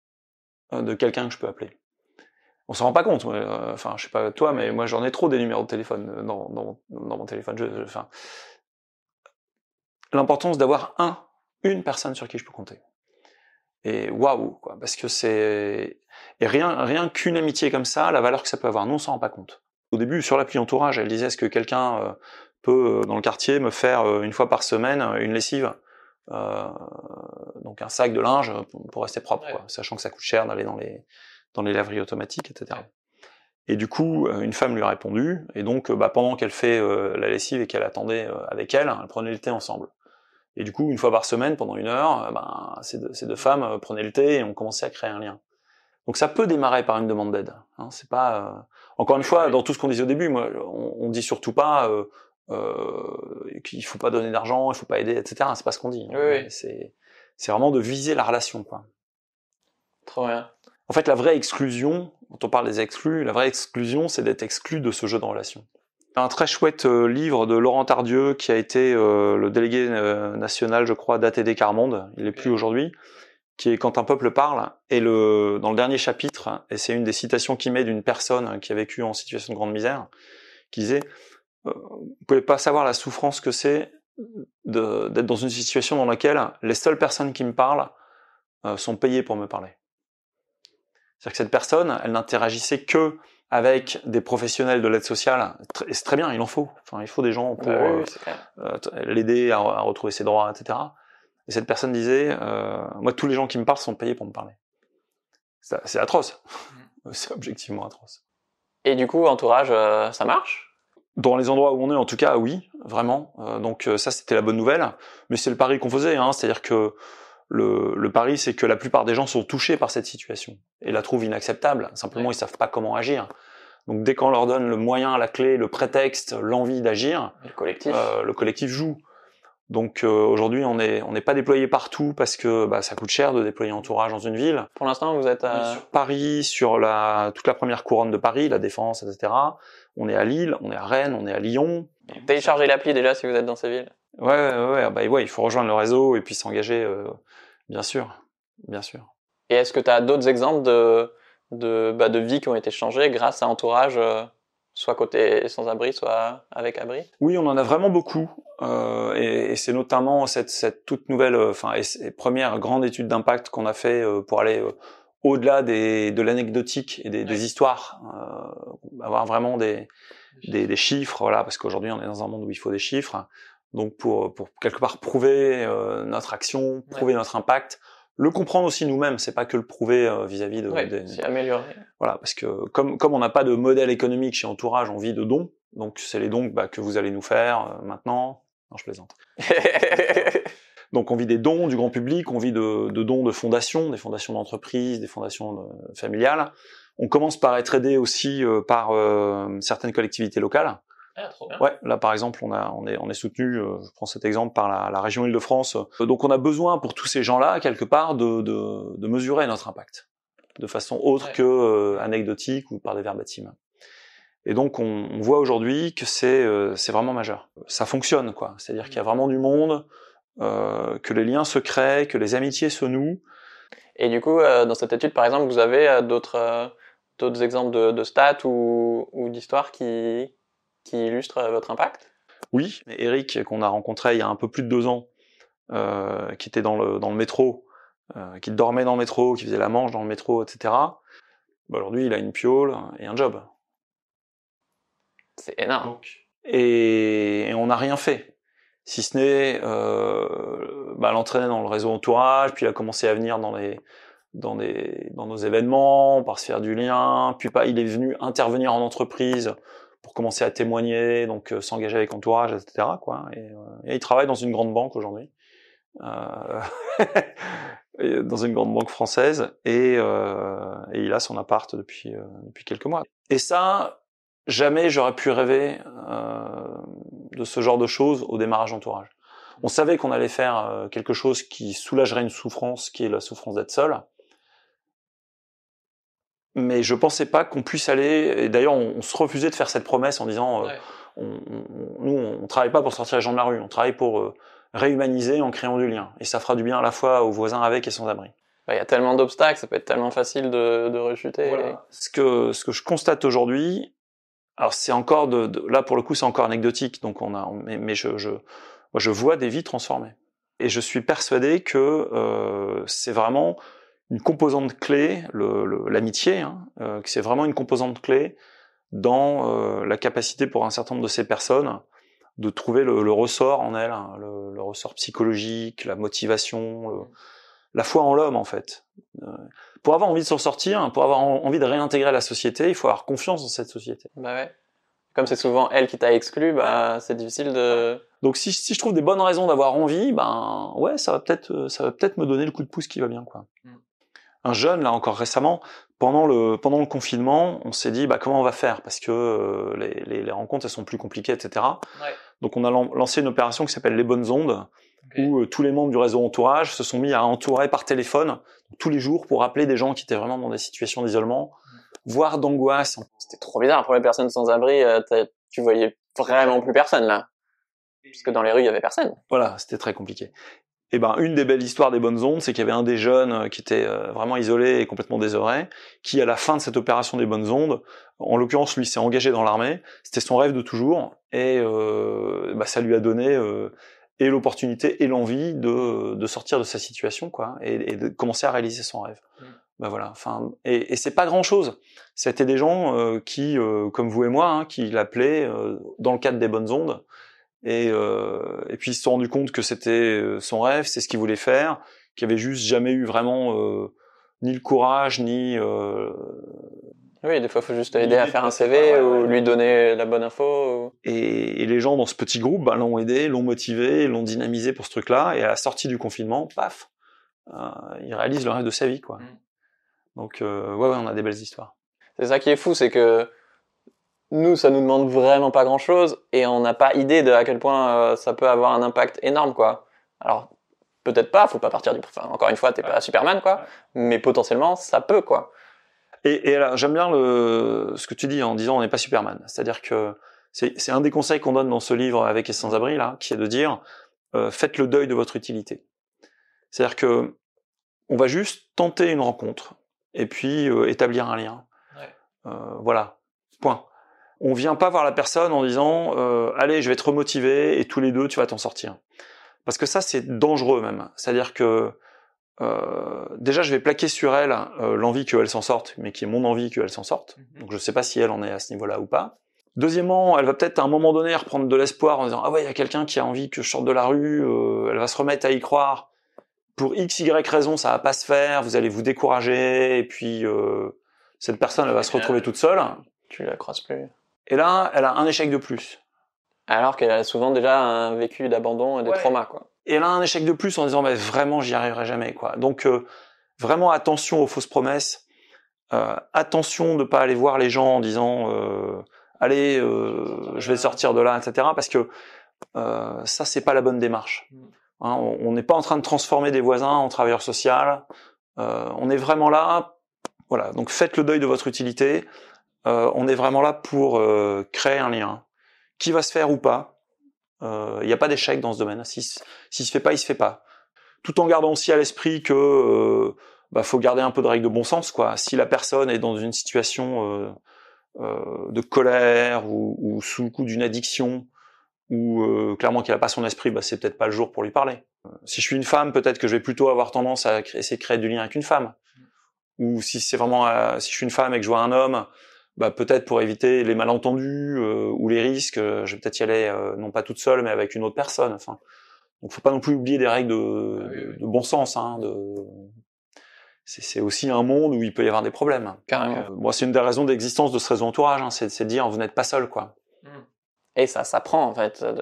de quelqu'un que je peux appeler. On s'en rend pas compte, euh, enfin je sais pas toi mais moi j'en ai trop des numéros de téléphone dans, dans, dans mon téléphone. Je, je, enfin, l'importance d'avoir un, une personne sur qui je peux compter. Et waouh, quoi, parce que c'est et rien, rien qu'une amitié comme ça, la valeur que ça peut avoir, nous on s'en rend pas compte. Au début, sur l'appli Entourage, elle disait est-ce que quelqu'un euh, peut, dans le quartier, me faire une fois par semaine une lessive, euh, donc un sac de linge pour rester propre, ouais. quoi, sachant que ça coûte cher d'aller dans les dans les laveries automatiques, et cetera. Ouais. Et du coup, une femme lui a répondu, et donc bah, pendant qu'elle fait euh, la lessive et qu'elle attendait euh, avec elle, elle prenait le thé ensemble. Et du coup, une fois par semaine, pendant une heure, euh, ben, ces, deux, ces deux femmes euh, prenaient le thé et ont commencé à créer un lien. Donc ça peut démarrer par une demande d'aide. Hein, c'est pas euh... encore une fois, dans tout ce qu'on disait au début, moi, on, on dit surtout pas euh, euh, qu'il faut pas donner d'argent, il faut pas aider, et cetera. C'est pas ce qu'on dit. Oui, oui. C'est c'est vraiment de viser la relation, quoi. Trop bien. En fait, la vraie exclusion, quand on parle des exclus, la vraie exclusion, c'est d'être exclu de ce jeu de relation. Un très chouette euh, livre de Laurent Tardieu, qui a été euh, le délégué euh, national, je crois, d'A T D Quart Monde, il l'est plus aujourd'hui, qui est Quand un peuple parle, et le, dans le dernier chapitre, et c'est une des citations qu'il met d'une personne qui a vécu en situation de grande misère, qui disait euh, « Vous pouvez pas savoir la souffrance que c'est de, d'être dans une situation dans laquelle les seules personnes qui me parlent euh, sont payées pour me parler. » C'est-à-dire que cette personne, elle n'interagissait que avec des professionnels de l'aide sociale, et c'est très bien, il en faut. Enfin, il faut des gens pour bah oui, euh, euh, l'aider à, à retrouver ses droits, et cetera. Et cette personne disait, euh, moi, tous les gens qui me parlent sont payés pour me parler. C'est, c'est atroce. Mmh. C'est objectivement atroce. Et du coup, entourage, euh, ça marche ? Dans les endroits où on est, en tout cas, oui, vraiment. Euh, donc euh, ça, c'était la bonne nouvelle. Mais c'est le pari qu'on faisait, hein, c'est-à-dire que Le, le pari, c'est que la plupart des gens sont touchés par cette situation et la trouvent inacceptable. Simplement, ouais. Ils savent pas comment agir. Donc, dès qu'on leur donne le moyen, la clé, le prétexte, l'envie d'agir, le collectif, euh, le collectif joue. Donc, euh, aujourd'hui, on est on n'est pas déployé partout parce que bah, ça coûte cher de déployer entourage dans une ville. Pour l'instant, vous êtes à... sur Paris, sur la toute la première couronne de Paris, la Défense, et cetera. On est à Lille, on est à Rennes, on est à Lyon. Téléchargez l'appli déjà si vous êtes dans ces villes. Ouais, ouais, ouais, bah ouais, il faut rejoindre le réseau et puis s'engager. Euh, Bien sûr, bien sûr. Et est-ce que tu as d'autres exemples de, de, bah, de vies qui ont été changées grâce à Entourage, euh, soit côté sans-abri, soit avec abri ? Oui, on en a vraiment beaucoup. Euh, et, et c'est notamment cette, cette toute nouvelle, enfin, et, et première grande étude d'impact qu'on a fait euh, pour aller euh, au-delà des, de l'anecdotique et des, ouais. des histoires, euh, avoir vraiment des, des, des chiffres, voilà, parce qu'aujourd'hui on est dans un monde où il faut des chiffres. Donc pour pour quelque part prouver euh, notre action, prouver ouais. notre impact, le comprendre aussi nous-mêmes, c'est pas que le prouver euh, vis-à-vis de, ouais, des, c'est améliorer. Voilà, parce que comme comme on n'a pas de modèle économique chez Entourage, on vit de dons. Donc c'est les dons bah, que vous allez nous faire euh, maintenant. Non, je plaisante. Donc on vit des dons du grand public, on vit de, de dons de fondations, des fondations d'entreprises, des fondations de, familiales. On commence par être aidé aussi euh, par euh, certaines collectivités locales. Ah, trop bien. Ouais, là par exemple, on a, on est, on est soutenu. Euh, je prends cet exemple par la, la région Île-de-France. Euh, donc on a besoin pour tous ces gens-là quelque part de, de, de mesurer notre impact de façon autre ouais. que euh, anecdotique ou par des verbatims. Et donc on, on voit aujourd'hui que c'est, euh, c'est vraiment majeur. Ça fonctionne, quoi. C'est-à-dire qu'il y a vraiment du monde, euh, que les liens se créent, que les amitiés se nouent. Et du coup, euh, dans cette étude, par exemple, vous avez euh, d'autres, euh, d'autres exemples de, de stats ou, ou d'histoires qui qui illustre votre impact ? Oui, Eric, qu'on a rencontré il y a un peu plus de deux ans, euh, qui était dans le, dans le métro, euh, qui dormait dans le métro, qui faisait la manche dans le métro, et cetera. Bah, aujourd'hui, il a une piole et un job. C'est énorme. Donc, et, et on n'a rien fait, si ce n'est euh, bah, l'entraîner dans le réseau Entourage, puis il a commencé à venir dans les dans des dans nos événements, par se faire du lien, puis pas, il est venu intervenir en entreprise pour commencer à témoigner, donc euh, s'engager avec Entourage, et cetera. Quoi. Et, euh, et il travaille dans une grande banque aujourd'hui, euh, dans une grande banque française, et, euh, et il a son appart depuis euh, depuis quelques mois. Et ça, jamais j'aurais pu rêver euh, de ce genre de choses au démarrage d'Entourage. On savait qu'on allait faire euh, quelque chose qui soulagerait une souffrance, qui est la souffrance d'être seul. Mais je pensais pas qu'on puisse aller, et d'ailleurs on, on se refusait de faire cette promesse en disant euh, ouais. on, on, nous on travaille pas pour sortir les gens de la rue, on travaille pour euh, réhumaniser en créant du lien, et ça fera du bien à la fois aux voisins avec et sans abri. Il y a tellement d'obstacles, ça peut être tellement facile de, de rechuter. Voilà. Et... Ce que ce que je constate aujourd'hui, alors c'est encore de, de là pour le coup c'est encore anecdotique, donc on a mais, mais je je moi je vois des vies transformées, et je suis persuadé que euh, c'est vraiment une composante clé, le, le, l'amitié, hein, euh, que c'est vraiment une composante clé dans euh, la capacité pour un certain nombre de ces personnes de trouver le, le ressort en elle, hein, le, le ressort psychologique, la motivation, le, la foi en l'homme en fait. Euh, pour avoir envie de s'en sortir, pour avoir en, envie de réintégrer la société, il faut avoir confiance dans cette société. Bah ouais. Comme c'est souvent elle qui t'a exclu, bah c'est difficile de. Donc si, si je trouve des bonnes raisons d'avoir envie, ben ouais, ça va peut-être, ça va peut-être me donner le coup de pouce qui va bien, quoi. Mm. Un jeune là encore récemment, pendant le pendant le confinement, on s'est dit bah comment on va faire parce que euh, les, les les rencontres elles sont plus compliquées, et cetera. Ouais. Donc on a lan- lancé une opération qui s'appelle les bonnes ondes, okay. où euh, tous les membres du réseau entourage se sont mis à entourer par téléphone tous les jours pour appeler des gens qui étaient vraiment dans des situations d'isolement, mm. voire d'angoisse. C'était trop bizarre pour les personnes sans abri. Euh, tu voyais vraiment plus personne là, parce que dans les rues il y avait personne. Voilà, c'était très compliqué. Et ben une des belles histoires des bonnes ondes, c'est qu'il y avait un des jeunes qui était vraiment isolé et complètement désœuvré, qui à la fin de cette opération des bonnes ondes, en l'occurrence lui s'est engagé dans l'armée, c'était son rêve de toujours, et euh, bah, ça lui a donné euh, et l'opportunité et l'envie de, de sortir de sa situation, quoi, et, et de commencer à réaliser son rêve. Mmh. Ben voilà, enfin, et, et c'est pas grand chose. C'était des gens euh, qui, euh, comme vous et moi, hein, qui l'appelaient euh, dans le cadre des bonnes ondes. Et, euh, et puis ils se sont rendus compte que c'était son rêve, c'est ce qu'il voulait faire, qu'il avait juste jamais eu vraiment euh, ni le courage, ni... Euh, oui, des fois il faut juste aider à faire un C V ouais, ou ouais, lui donner la bonne info. Ou... Et, et les gens dans ce petit groupe bah, l'ont aidé, l'ont motivé, l'ont dynamisé pour ce truc-là, et à la sortie du confinement, paf, euh, il réalise le rêve de sa vie, quoi. Mm. Donc euh, ouais, ouais, on a des belles histoires. C'est ça qui est fou, c'est que nous, ça nous demande vraiment pas grand-chose et on n'a pas idée de à quel point euh, ça peut avoir un impact énorme, quoi. Alors, peut-être pas, faut pas partir du... Enfin, encore une fois, t'es ouais. pas Superman, quoi, ouais. mais potentiellement, ça peut, quoi. Et, et alors, j'aime bien le, ce que tu dis en disant on n'est pas Superman. C'est-à-dire que c'est, c'est un des conseils qu'on donne dans ce livre avec et sans abri, là, qui est de dire euh, faites le deuil de votre utilité. C'est-à-dire que on va juste tenter une rencontre et puis euh, établir un lien. Ouais. Euh, voilà, point. On vient pas voir la personne en disant euh, allez, je vais te remotiver et tous les deux tu vas t'en sortir. Parce que ça c'est dangereux même. C'est-à-dire que euh, déjà je vais plaquer sur elle euh, l'envie qu'elle s'en sorte, mais qui est mon envie qu'elle s'en sorte. Donc je sais pas si elle en est à ce niveau-là ou pas. Deuxièmement, elle va peut-être à un moment donné reprendre de l'espoir en disant ah ouais, il y a quelqu'un qui a envie que je sorte de la rue. Euh, elle va se remettre à y croire. Pour X, Y raison, ça va pas se faire. Vous allez vous décourager et puis euh, cette personne elle va se retrouver toute seule. Tu la croises plus. Et là, elle a un échec de plus. Alors qu'elle a souvent déjà un vécu d'abandon et de ouais. trauma, quoi. Et elle a un échec de plus en disant, bah, vraiment, j'y arriverai jamais, quoi. Donc, euh, vraiment attention aux fausses promesses. Euh, attention de pas aller voir les gens en disant, euh, allez, euh, je vais sortir de là, et cetera. Parce que euh, ça, c'est pas la bonne démarche. Hein, on n'est pas en train de transformer des voisins en travailleurs sociaux. Euh, on est vraiment là. Voilà. Donc, faites le deuil de votre utilité. Euh, on est vraiment là pour euh, créer un lien qui va se faire ou pas. Il euh, n'y a pas d'échec dans ce domaine. Si, si se fait pas, il se fait pas. Tout en gardant aussi à l'esprit que euh, bah, faut garder un peu de règles de bon sens, quoi. Si la personne est dans une situation euh, euh, de colère ou, ou sous le coup d'une addiction ou euh, clairement qu'elle a pas son esprit, bah, c'est peut-être pas le jour pour lui parler. Euh, si je suis une femme, peut-être que je vais plutôt avoir tendance à créer, essayer de créer du lien avec une femme. Ou si c'est vraiment, euh, si je suis une femme et que je vois un homme, bah peut-être pour éviter les malentendus euh, ou les risques, euh, je vais peut-être y aller euh, non pas toute seule mais avec une autre personne. Enfin, donc faut pas non plus oublier des règles de, ah oui, oui. de, de bon sens. Hein, de... c'est, c'est aussi un monde où il peut y avoir des problèmes. Carrément. Euh, moi, c'est une des raisons d'existence de ce réseau entourage. Hein, c'est, c'est de dire vous n'êtes pas seul, quoi. Et ça s'apprend en fait, de...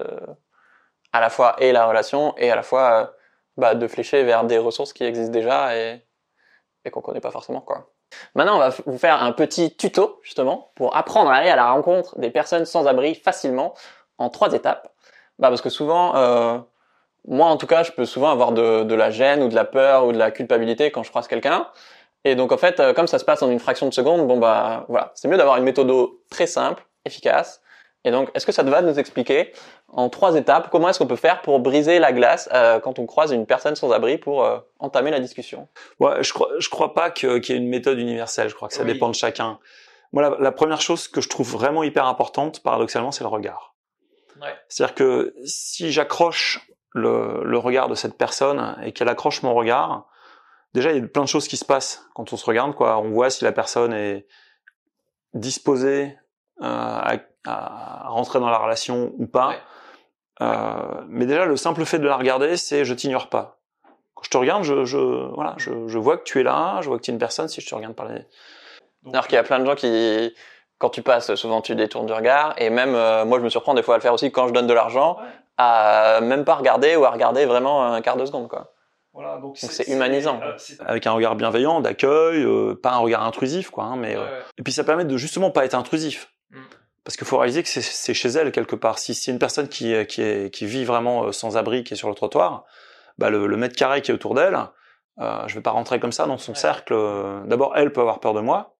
à la fois et la relation et à la fois euh, bah, de flécher vers des ressources qui existent déjà et, et qu'on connaît pas forcément, quoi. Maintenant, on va vous faire un petit tuto, justement, pour apprendre à aller à la rencontre des personnes sans abri facilement, en trois étapes. Bah, parce que souvent, euh, moi en tout cas, je peux souvent avoir de, de la gêne ou de la peur ou de la culpabilité quand je croise quelqu'un. Et donc en fait, euh, comme ça se passe en une fraction de seconde, bon bah voilà, c'est mieux d'avoir une méthode très simple, efficace. Et donc, est-ce que ça te va de nous expliquer en trois étapes comment est-ce qu'on peut faire pour briser la glace euh, quand on croise une personne sans abri pour euh, entamer la discussion? Ouais, je crois, je crois pas que, qu'il y ait une méthode universelle. Je crois que ça oui. dépend de chacun. Moi, la, la première chose que je trouve vraiment hyper importante, paradoxalement, c'est le regard. Ouais. C'est-à-dire que si j'accroche le, le regard de cette personne et qu'elle accroche mon regard, déjà il y a plein de choses qui se passent quand on se regarde, quoi. On voit si la personne est disposée euh, à, à rentrer dans la relation ou pas. Ouais. Euh, mais déjà, le simple fait de la regarder, c'est je t'ignore pas. Quand je te regarde, je, je, voilà, je, je vois que tu es là, je vois que tu es une personne si je te regarde par les... Donc, alors qu'il y a plein de gens qui, quand tu passes, souvent tu détournes du regard, et même euh, moi je me surprends des fois à le faire aussi quand je donne de l'argent, ouais. à même pas regarder ou à regarder vraiment un quart de seconde, quoi. Voilà, donc, donc c'est, c'est humanisant. C'est, c'est... Avec un regard bienveillant, d'accueil, euh, pas un regard intrusif, quoi. Hein, mais ouais, euh... ouais. Et puis ça permet de justement pas être intrusif. Mm. Parce qu'il faut réaliser que c'est, c'est chez elle quelque part. Si c'est une personne qui, qui, est, qui vit vraiment sans abri, qui est sur le trottoir, bah le, le mètre carré qui est autour d'elle, euh, je vais pas rentrer comme ça dans son ouais. cercle. D'abord, elle peut avoir peur de moi.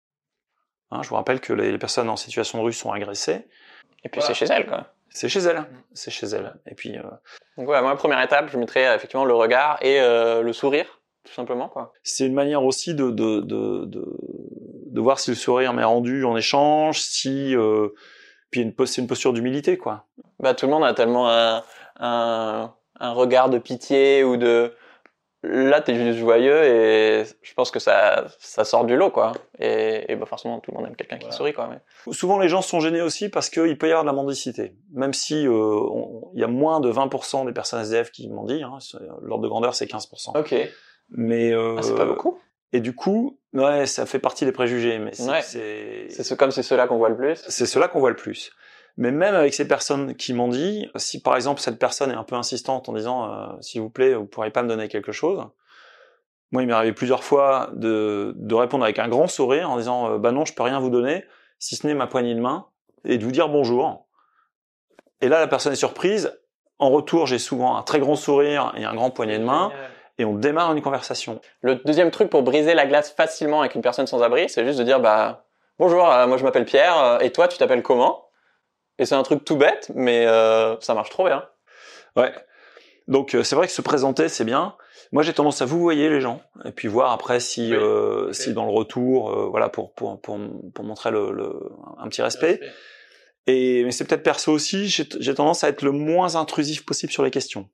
Hein, je vous rappelle que les, les personnes en situation de rue sont agressées. Et puis voilà. C'est chez elle, quoi. C'est chez elle, c'est chez elle. Et puis. Euh... Donc ouais, moi première étape, je mettrais effectivement le regard et euh, le sourire, tout simplement, quoi. C'est une manière aussi de de de de, de voir si le sourire m'est rendu en échange, si euh... puis une c'est une posture d'humilité, quoi. Bah tout le monde a tellement un un un regard de pitié ou de là t'es juste joyeux et je pense que ça ça sort du lot, quoi. Et, et bah forcément tout le monde aime quelqu'un voilà. qui sourit, quoi. Mais... Souvent les gens sont gênés aussi parce qu'il peut y avoir de la mendicité, même si il euh, y a moins de vingt pour cent des personnes S D F qui mendient, hein, l'ordre de grandeur c'est quinze pour cent. Ok. Mais euh, ah, c'est pas beaucoup. Et du coup, ouais, ça fait partie des préjugés, mais c'est ouais. c'est, c'est ce, comme c'est ceux-là qu'on voit le plus. C'est ceux-là qu'on voit le plus. Mais même avec ces personnes qui mendient, si par exemple cette personne est un peu insistante en disant euh, s'il vous plaît, vous pourriez pas me donner quelque chose. Moi, il m'est arrivé plusieurs fois de, de répondre avec un grand sourire en disant euh, bah non, je peux rien vous donner, si ce n'est ma poignée de main, et de vous dire bonjour. Et là, la personne est surprise. En retour, j'ai souvent un très grand sourire et un grand poignet de main, et on démarre une conversation. Le deuxième truc pour briser la glace facilement avec une personne sans abri, c'est juste de dire bah bonjour, euh, moi je m'appelle Pierre, euh, et toi tu t'appelles comment? Et c'est un truc tout bête, mais euh, ça marche trop bien. Ouais. Donc euh, c'est vrai que se présenter c'est bien. Moi j'ai tendance à vous voyer les gens et puis voir après si oui. euh, okay. si dans le retour euh, voilà pour pour pour pour montrer le, le un petit respect. respect. Et mais c'est peut-être perso aussi, j'ai, j'ai tendance à être le moins intrusif possible sur les questions.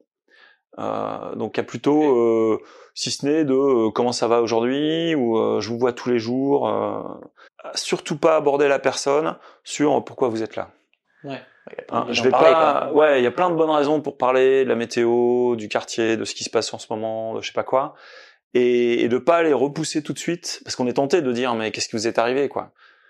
Euh, donc à plutôt okay. euh, si ce n'est de euh, comment ça va aujourd'hui ou euh, je vous vois tous les jours. Euh, surtout pas aborder la personne sur pourquoi vous êtes là. Ouais. Hein, je vais parler, pas. Quoi. Ouais, il y a plein de bonnes raisons pour parler de la météo, du quartier, de ce qui se passe en ce moment, de je sais pas quoi, et, et de pas les repousser tout de suite, parce qu'on est tenté de dire mais qu'est-ce qui vous est arrivé, quoi.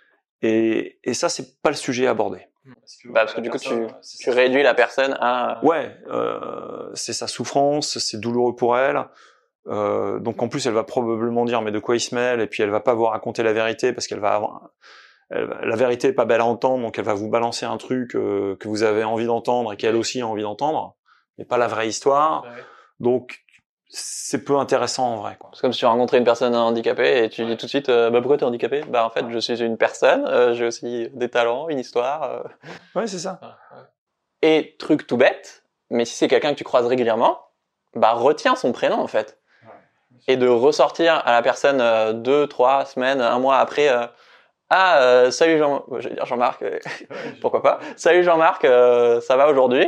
Et, et ça, c'est pas le sujet abordé. Parce que, bah, parce que du coup, tu, tu réduis la personne à. Ouais, euh, c'est sa souffrance, c'est douloureux pour elle. Euh, donc en plus, elle va probablement dire mais de quoi il se mêle, et puis elle va pas vous raconter la vérité parce qu'elle va avoir. La vérité est pas belle à entendre, donc elle va vous balancer un truc euh, que vous avez envie d'entendre et qu'elle aussi a envie d'entendre, mais pas la vraie histoire. Ouais. Donc c'est peu intéressant en vrai, quoi. C'est comme si tu rencontrais une personne handicapée et tu ouais. dis tout de suite euh, bah pourquoi t'es handicapé? Bah en fait je suis une personne, euh, j'ai aussi des talents, une histoire. Euh... Ouais c'est ça. Ouais. Et truc tout bête, mais si c'est quelqu'un que tu croises régulièrement, bah retiens son prénom en fait. Ouais. Et de ressortir à la personne euh, deux, trois semaines, un mois après. Euh, Ah, euh, salut Jean, je vais dire Jean-Marc, euh... pourquoi pas. Salut Jean-Marc, euh, ça va aujourd'hui?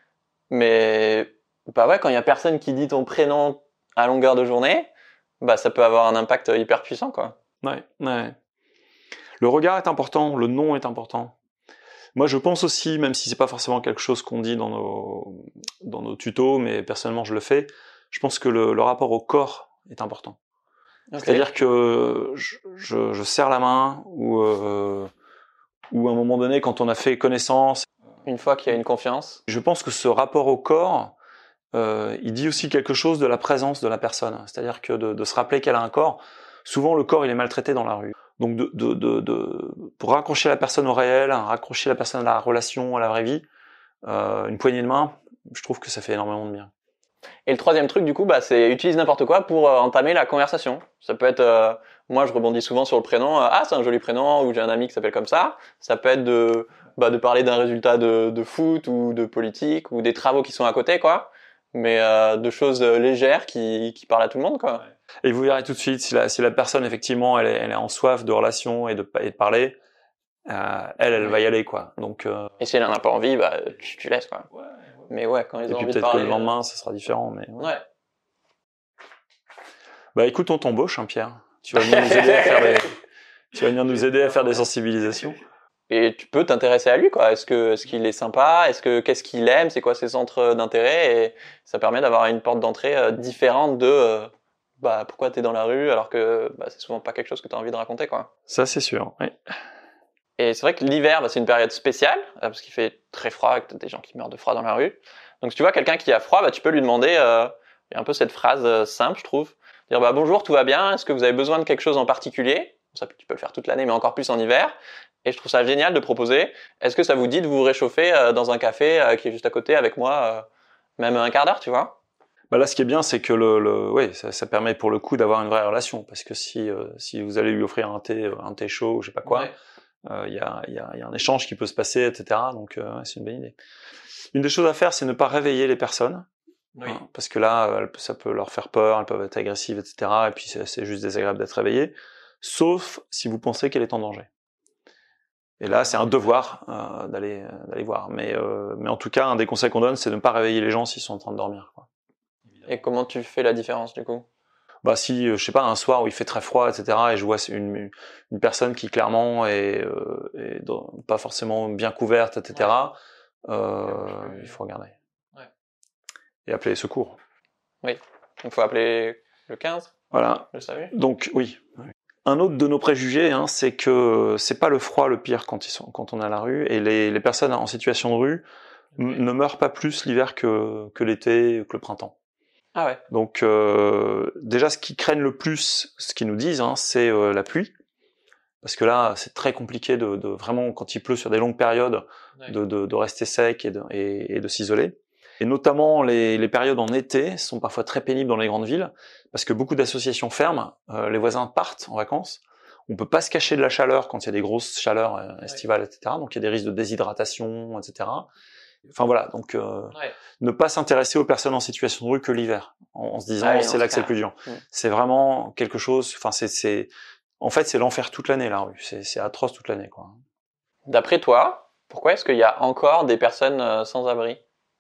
Mais bah ouais, quand il y a personne qui dit ton prénom à longueur de journée, bah ça peut avoir un impact hyper puissant, quoi. Ouais, ouais. Le regard est important, le nom est important. Moi, je pense aussi, même si c'est pas forcément quelque chose qu'on dit dans nos dans nos tutos, mais personnellement je le fais, je pense que le, le rapport au corps est important. Okay. C'est-à-dire que je, je, je serre la main ou euh, ou à un moment donné quand on a fait connaissance. Une fois qu'il y a une confiance. Je pense que ce rapport au corps, euh, il dit aussi quelque chose de la présence de la personne. C'est-à-dire que de, de se rappeler qu'elle a un corps. Souvent le corps il est maltraité dans la rue. Donc de, de, de, de pour raccrocher la personne au réel, raccrocher la personne à la relation, à la vraie vie, euh, une poignée de main, je trouve que ça fait énormément de bien. Et le troisième truc, du coup, bah, c'est utilise n'importe quoi pour euh, entamer la conversation. Ça peut être, euh, moi, je rebondis souvent sur le prénom. Euh, ah, c'est un joli prénom, ou j'ai un ami qui s'appelle comme ça. Ça peut être de, bah, de parler d'un résultat de, de foot ou de politique ou des travaux qui sont à côté, quoi. Mais euh, de choses légères qui, qui parlent à tout le monde, quoi. Et vous verrez tout de suite si la, si la personne effectivement, elle est, elle est en soif de relation et de, et de parler, euh, elle, elle va y aller, quoi. Donc. Euh... Et si elle en a pas envie, bah, tu, tu laisses, quoi. Ouais. Mais ouais, quand ils et ont puis envie peut-être de parler, que le lendemain, ça sera différent, mais. Ouais. ouais. Bah écoute, on t'embauche, hein, Pierre. Tu vas venir nous aider à faire des, tu vas venir nous aider à faire des sensibilisations. et tu peux t'intéresser à lui, quoi. Est-ce que, est-ce qu'il est sympa? Est-ce que, qu'est-ce qu'il aime? C'est quoi ses centres d'intérêt? Et ça permet d'avoir une porte d'entrée euh, différente de, euh, bah, pourquoi t'es dans la rue alors que, bah, c'est souvent pas quelque chose que t'as envie de raconter, quoi. Ça, c'est sûr, oui. Et c'est vrai que l'hiver, bah, c'est une période spéciale, parce qu'il fait très froid, et que t'as des gens qui meurent de froid dans la rue. Donc si tu vois quelqu'un qui a froid, bah, tu peux lui demander, euh, il y a un peu cette phrase euh, simple, je trouve. Dire, bah, bonjour, tout va bien? Est-ce que vous avez besoin de quelque chose en particulier? Ça, tu peux le faire toute l'année, mais encore plus en hiver. Et je trouve ça génial de proposer, est-ce que ça vous dit de vous réchauffer euh, dans un café euh, qui est juste à côté avec moi, euh, même un quart d'heure, tu vois? Bah là, ce qui est bien, c'est que le, le ouais, ça, ça permet pour le coup d'avoir une vraie relation, parce que si euh, si vous allez lui offrir un thé, un thé chaud, je sais pas quoi, il ouais. euh, y a il y a il y a un échange qui peut se passer, et cetera. Donc euh, c'est une bonne idée. Une des choses à faire, c'est ne pas réveiller les personnes, oui. hein, parce que là, ça peut leur faire peur, elles peuvent être agressives, et cetera. Et puis c'est, c'est juste désagréable d'être réveillée, sauf si vous pensez qu'elle est en danger. Et là, c'est un devoir euh, d'aller d'aller voir. Mais euh, mais en tout cas, un des conseils qu'on donne, c'est de ne pas réveiller les gens s'ils sont en train de dormir, quoi. Et comment tu fais la différence du coup? Bah si, euh, je sais pas, un soir où il fait très froid, et cetera. Et je vois une une personne qui clairement est, euh, est dans, pas forcément bien couverte, et cetera. Ouais. Euh, il faut regarder. Ouais. Et appeler les secours. Oui. Il faut appeler le quinze. Voilà. Le S A V. Donc oui. Un autre de nos préjugés, hein, c'est que c'est pas le froid le pire quand ils sont quand on est à la rue, et les les personnes en situation de rue oui. ne meurent pas plus l'hiver que que l'été ou que le printemps. Ah ouais. Donc euh, déjà, ce qu'ils craignent le plus, ce qu'ils nous disent, hein, c'est euh, la pluie, parce que là, c'est très compliqué de, de vraiment, quand il pleut sur des longues périodes, ouais. de, de, de rester sec et de, et, et de s'isoler. Et notamment les, les périodes en été sont parfois très pénibles dans les grandes villes, parce que beaucoup d'associations ferment, euh, les voisins partent en vacances. On peut pas se cacher de la chaleur quand il y a des grosses chaleurs euh, estivales, ouais. et cetera. Donc il y a des risques de déshydratation, et cetera. Enfin voilà, donc euh, ouais. ne pas s'intéresser aux personnes en situation de rue que l'hiver, en, en se disant ah, oui, c'est là que c'est le plus dur. Mmh. C'est vraiment quelque chose. Enfin c'est c'est en fait c'est l'enfer toute l'année la rue. C'est c'est atroce toute l'année quoi. D'après toi, pourquoi est-ce qu'il y a encore des personnes euh, sans abri?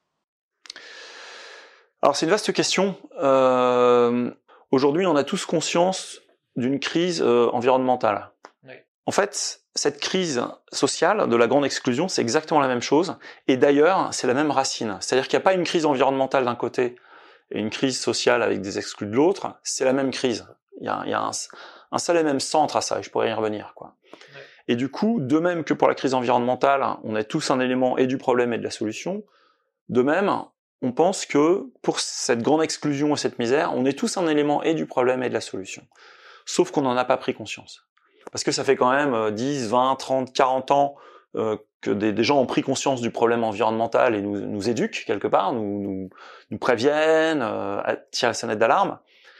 Alors c'est une vaste question. Euh, aujourd'hui, on a tous conscience d'une crise euh, environnementale. Oui. En fait, cette crise sociale de la grande exclusion, c'est exactement la même chose. Et d'ailleurs, c'est la même racine. C'est-à-dire qu'il n'y a pas une crise environnementale d'un côté et une crise sociale avec des exclus de l'autre. C'est la même crise. Il y a, il y a un, un seul et même centre à ça, et je pourrais y revenir, quoi. Oui. Et du coup, de même que pour la crise environnementale, on est tous un élément et du problème et de la solution, de même, on pense que pour cette grande exclusion et cette misère, on est tous un élément et du problème et de la solution. Sauf qu'on n'en a pas pris conscience. Parce que ça fait quand même dix, vingt, trente, quarante ans euh, que des, des gens ont pris conscience du problème environnemental et nous, nous éduquent quelque part, nous, nous, nous préviennent, euh, tirent la sonnette d'alarme.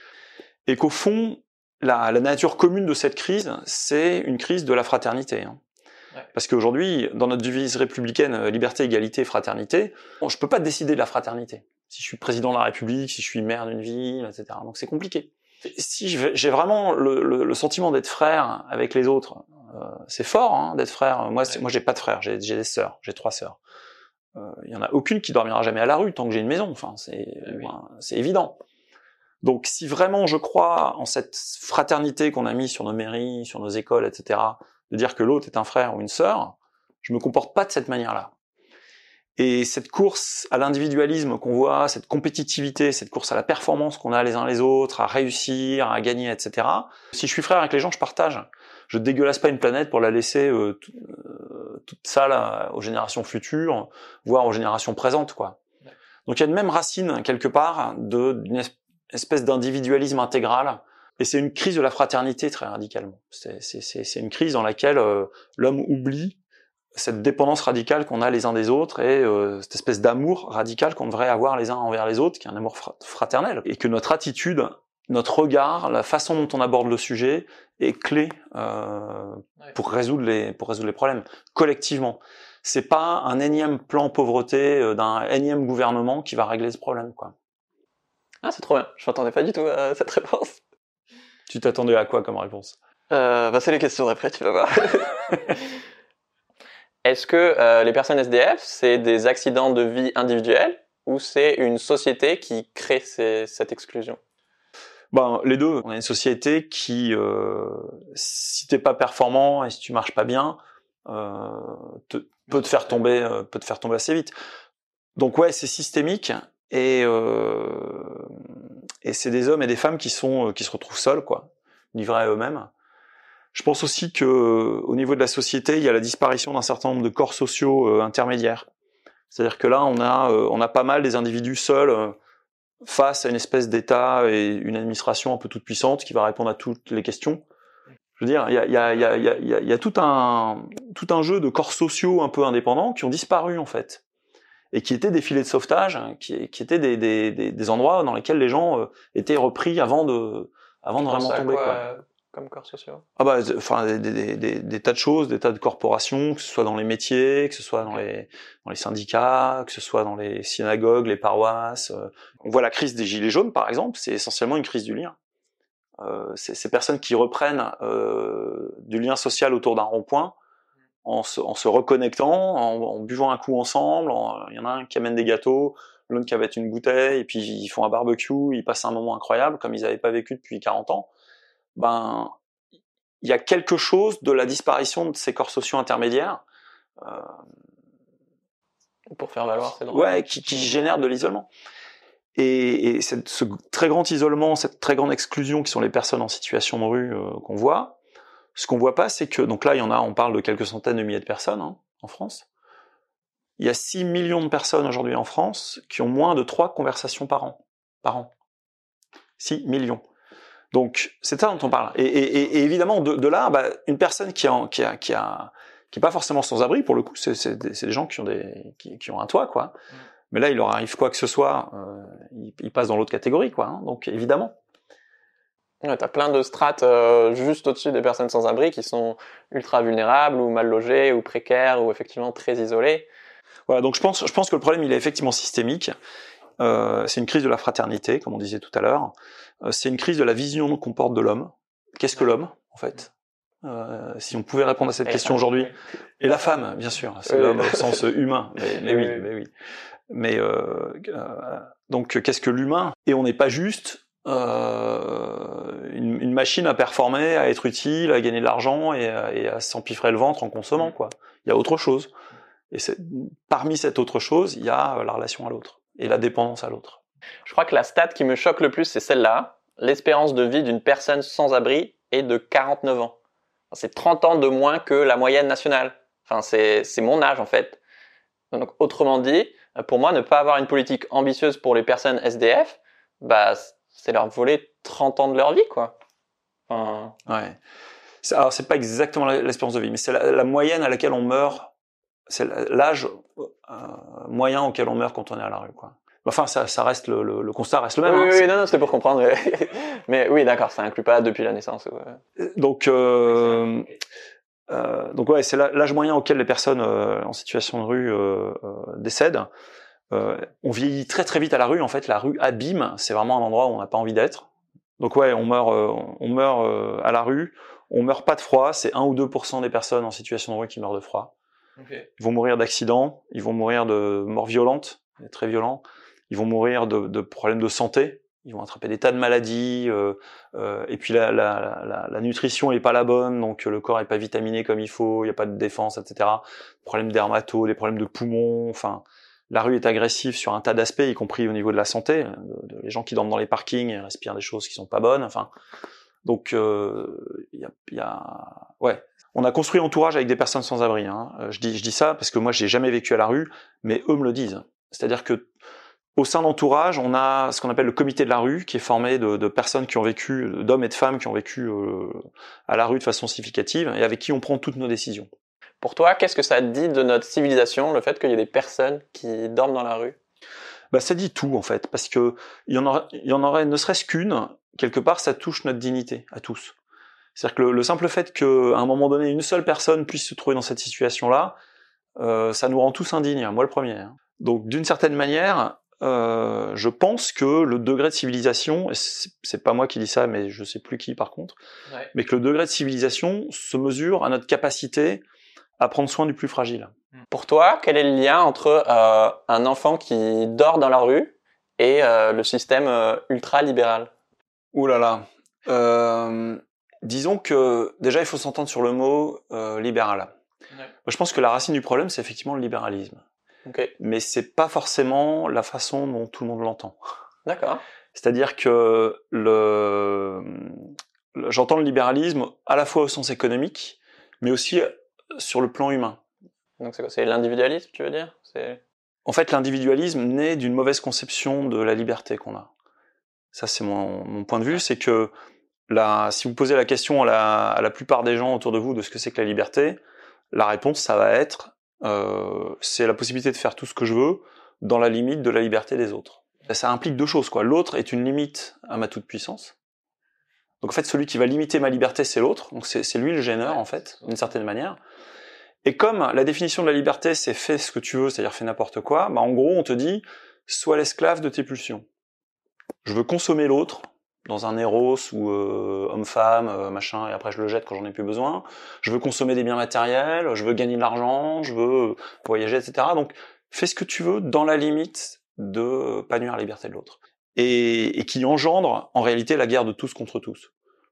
Et qu'au fond, la, la nature commune de cette crise, c'est une crise de la fraternité. Hein. Ouais. Parce qu'aujourd'hui, dans notre devise républicaine, liberté, égalité, fraternité, bon, je peux pas décider de la fraternité. Si je suis président de la République, si je suis maire d'une ville, et cetera. Donc c'est compliqué. Si j'ai vraiment le, le, le sentiment d'être frère avec les autres, euh, c'est fort hein, d'être frère. Moi, ouais. moi, j'ai pas de frère, j'ai, j'ai des sœurs, j'ai trois sœurs. Il euh, y en a aucune qui dormira jamais à la rue tant que j'ai une maison. Enfin, c'est, ouais, oui. ben, c'est évident. Donc, si vraiment je crois en cette fraternité qu'on a mis sur nos mairies, sur nos écoles, et cetera, de dire que l'autre est un frère ou une sœur, je me comporte pas de cette manière-là. Et cette course à l'individualisme qu'on voit, cette compétitivité, cette course à la performance qu'on a les uns les autres, à réussir, à gagner, et cetera. Si je suis frère avec les gens, je partage. Je dégueulasse pas une planète pour la laisser euh, t- euh, toute sale à, aux générations futures, voire aux générations présentes, quoi. Donc il y a une même racine quelque part de d'une espèce d'individualisme intégral. Et c'est une crise de la fraternité très radicalement. C'est, c'est, c'est, c'est une crise dans laquelle euh, l'homme oublie cette dépendance radicale qu'on a les uns des autres et euh, cette espèce d'amour radical qu'on devrait avoir les uns envers les autres, qui est un amour fra- fraternel. Et que notre attitude, notre regard, la façon dont on aborde le sujet est clé euh, ouais. pour résoudre les pour résoudre les problèmes collectivement. C'est pas un énième plan pauvreté euh, d'un énième gouvernement qui va régler ce problème, quoi. Ah, c'est trop bien. Je m'attendais pas du tout à cette réponse. Tu t'attendais à quoi comme réponse? Euh, bah c'est les questions d'après, tu vas voir. Est-ce que euh, les personnes S D F, c'est des accidents de vie individuels ou c'est une société qui crée ces, cette exclusion? Ben, les deux. On a une société qui, euh, si t'es pas performant et si tu marches pas bien, euh, te, peut te faire tomber, euh, peut te faire tomber assez vite. Donc ouais, c'est systémique et euh, et c'est des hommes et des femmes qui sont qui se retrouvent seuls, quoi, livrés à eux-mêmes. Je pense aussi que au niveau de la société, il y a la disparition d'un certain nombre de corps sociaux euh, intermédiaires. C'est-à-dire que là, on a euh, on a pas mal des individus seuls euh, face à une espèce d'État et une administration un peu toute puissante qui va répondre à toutes les questions. Je veux dire, il y a il y a il y a il y a il y a tout un tout un jeu de corps sociaux un peu indépendants qui ont disparu en fait, et qui étaient des filets de sauvetage, qui qui étaient des des des, des endroits dans lesquels les gens euh, étaient repris avant de avant de vraiment tomber, quoi. Euh, comme corps sociaux? Ah bah, enfin des, des, des, des tas de choses, des tas de corporations, que ce soit dans les métiers, que ce soit dans les dans les syndicats, que ce soit dans les synagogues, les paroisses. On voit la crise des gilets jaunes, par exemple, c'est essentiellement une crise du lien. Euh, c'est ces personnes qui reprennent euh, du lien social autour d'un rond-point, en se, en se reconnectant, en, en buvant un coup ensemble. Il y en a un qui amène des gâteaux, l'autre qui amène une bouteille, et puis ils font un barbecue, ils passent un moment incroyable, comme ils n'avaient pas vécu depuis quarante ans. Ben, il y a quelque chose de la disparition de ces corps sociaux intermédiaires euh, pour faire valoir ces droits. Ouais, qui, qui génère de l'isolement. Et, et cette, ce très grand isolement, cette très grande exclusion qui sont les personnes en situation de rue euh, qu'on voit, ce qu'on voit pas, c'est que, donc là, il y en a, on parle de quelques centaines de milliers de personnes hein, en France. Il y a six millions de personnes aujourd'hui en France qui ont moins de trois conversations par an. Par an. six millions. Donc, c'est ça dont on parle. Et, et, et évidemment, de, de là, bah, une personne qui a, qui a, qui a, qui est pas forcément sans abri, pour le coup, c'est, c'est, des, c'est des gens qui ont des, qui, qui ont un toit, quoi. Mmh. Mais là, il leur arrive quoi que ce soit, euh, ils, ils passent dans l'autre catégorie, quoi. Hein, donc, évidemment. Ouais, t'as plein de strates euh, juste au-dessus des personnes sans abri qui sont ultra vulnérables ou mal logées ou précaires ou effectivement très isolées. Voilà. Donc, je pense, je pense que le problème, il est effectivement systémique. Euh, c'est une crise de la fraternité, comme on disait tout à l'heure. Euh, c'est une crise de la vision qu'on porte de l'homme. Qu'est-ce que l'homme, en fait? Euh, si on pouvait répondre à cette et question aujourd'hui. Oui. Et la femme, bien sûr. C'est oui, l'homme oui. Au sens humain. Mais, mais oui, oui, mais oui. Mais euh, euh, donc, qu'est-ce que l'humain? Et on n'est pas juste euh, une, une machine à performer, à être utile, à gagner de l'argent et, et à s'empiffrer le ventre en consommant, quoi. Il y a autre chose. Et c'est, parmi cette autre chose, il y a la relation à l'autre. Et la dépendance à l'autre. Je crois que la stat qui me choque le plus, c'est celle-là. L'espérance de vie d'une personne sans abri est de quarante-neuf ans. C'est trente ans de moins que la moyenne nationale. Enfin, c'est, c'est mon âge, en fait. Donc, autrement dit, pour moi, ne pas avoir une politique ambitieuse pour les personnes S D F, bah, c'est leur voler trente ans de leur vie, quoi. Enfin... Ouais. C'est, alors, c'est pas exactement l'espérance de vie, mais c'est la, la moyenne à laquelle on meurt. C'est l'âge euh, moyen auquel on meurt quand on est à la rue, quoi. Enfin, ça, ça reste le, le, le constat reste le même. Oui, hein, oui, oui non, non, c'était pour comprendre. Mais oui, d'accord, ça inclut pas depuis la naissance. Ouais. Donc, euh, euh, donc ouais, c'est l'âge moyen auquel les personnes euh, en situation de rue euh, euh, décèdent. Euh, on vieillit très très vite à la rue. En fait, la rue abîme. C'est vraiment un endroit où on n'a pas envie d'être. Donc ouais, on meurt, euh, on meurt euh, à la rue. On meurt pas de froid. C'est un ou deux pour cent des personnes en situation de rue qui meurent de froid. Okay. Ils vont mourir d'accidents, ils vont mourir de morts violentes, très violents. Ils vont mourir de, de problèmes de santé. Ils vont attraper des tas de maladies. Euh, euh, et puis la, la, la, la nutrition est pas la bonne, donc le corps est pas vitaminé comme il faut. Il y a pas de défense, et cetera. Problèmes dermato, des problèmes de poumons. Enfin, la rue est agressive sur un tas d'aspects, y compris au niveau de la santé. De, de, les gens qui dorment dans les parkings et respirent des choses qui sont pas bonnes. Enfin, donc il euh, y a, y a, ouais. On a construit l'entourage avec des personnes sans abri. Hein. Je dis, je dis ça parce que moi, j'ai jamais vécu à la rue, mais eux me le disent. C'est-à-dire que au sein d'entourage, on a ce qu'on appelle le comité de la rue, qui est formé de, de personnes qui ont vécu, d'hommes et de femmes qui ont vécu euh, à la rue de façon significative, et avec qui on prend toutes nos décisions. Pour toi, qu'est-ce que ça dit de notre civilisation, le fait qu'il y ait des personnes qui dorment dans la rue? Bah, ça dit tout en fait, parce que il y en aurait, il y en aurait ne serait-ce qu'une. Quelque part, ça touche notre dignité à tous. C'est-à-dire que le, le simple fait qu'à un moment donné, une seule personne puisse se trouver dans cette situation-là, euh, ça nous rend tous indignes, moi le premier. Hein. Donc d'une certaine manière, euh, je pense que le degré de civilisation, et c'est, c'est pas moi qui dis ça, mais je sais plus qui par contre, ouais. mais que le degré de civilisation se mesure à notre capacité à prendre soin du plus fragile. Pour toi, quel est le lien entre euh, un enfant qui dort dans la rue et euh, le système euh, ultra-libéral? Ouh là là. Euh... Disons que déjà il faut s'entendre sur le mot euh, libéral. Ouais. Moi, je pense que la racine du problème, c'est effectivement le libéralisme. Okay. Mais c'est pas forcément la façon dont tout le monde l'entend. D'accord. C'est-à-dire que le, le j'entends le libéralisme à la fois au sens économique, mais aussi sur le plan humain. Donc c'est quoi? C'est l'individualisme, tu veux dire? C'est... En fait, l'individualisme naît d'une mauvaise conception de la liberté qu'on a. Ça, c'est mon, mon point de vue, c'est que là, si vous posez la question à la, à la plupart des gens autour de vous de ce que c'est que la liberté, la réponse, ça va être euh, c'est la possibilité de faire tout ce que je veux dans la limite de la liberté des autres. Ça implique deux choses, quoi. L'autre est une limite à ma toute-puissance. Donc en fait, celui qui va limiter ma liberté, c'est l'autre. Donc c'est, c'est lui le gêneur, en fait, d'une certaine manière. Et comme la définition de la liberté, c'est fais ce que tu veux, c'est-à-dire fais n'importe quoi, bah en gros, on te dit sois l'esclave de tes pulsions. Je veux consommer l'autre dans un éros ou euh, homme-femme, euh, machin, et après je le jette quand j'en ai plus besoin. Je veux consommer des biens matériels, je veux gagner de l'argent, je veux voyager, et cetera. Donc fais ce que tu veux dans la limite de pas nuire à la liberté de l'autre. Et, et qui engendre en réalité la guerre de tous contre tous.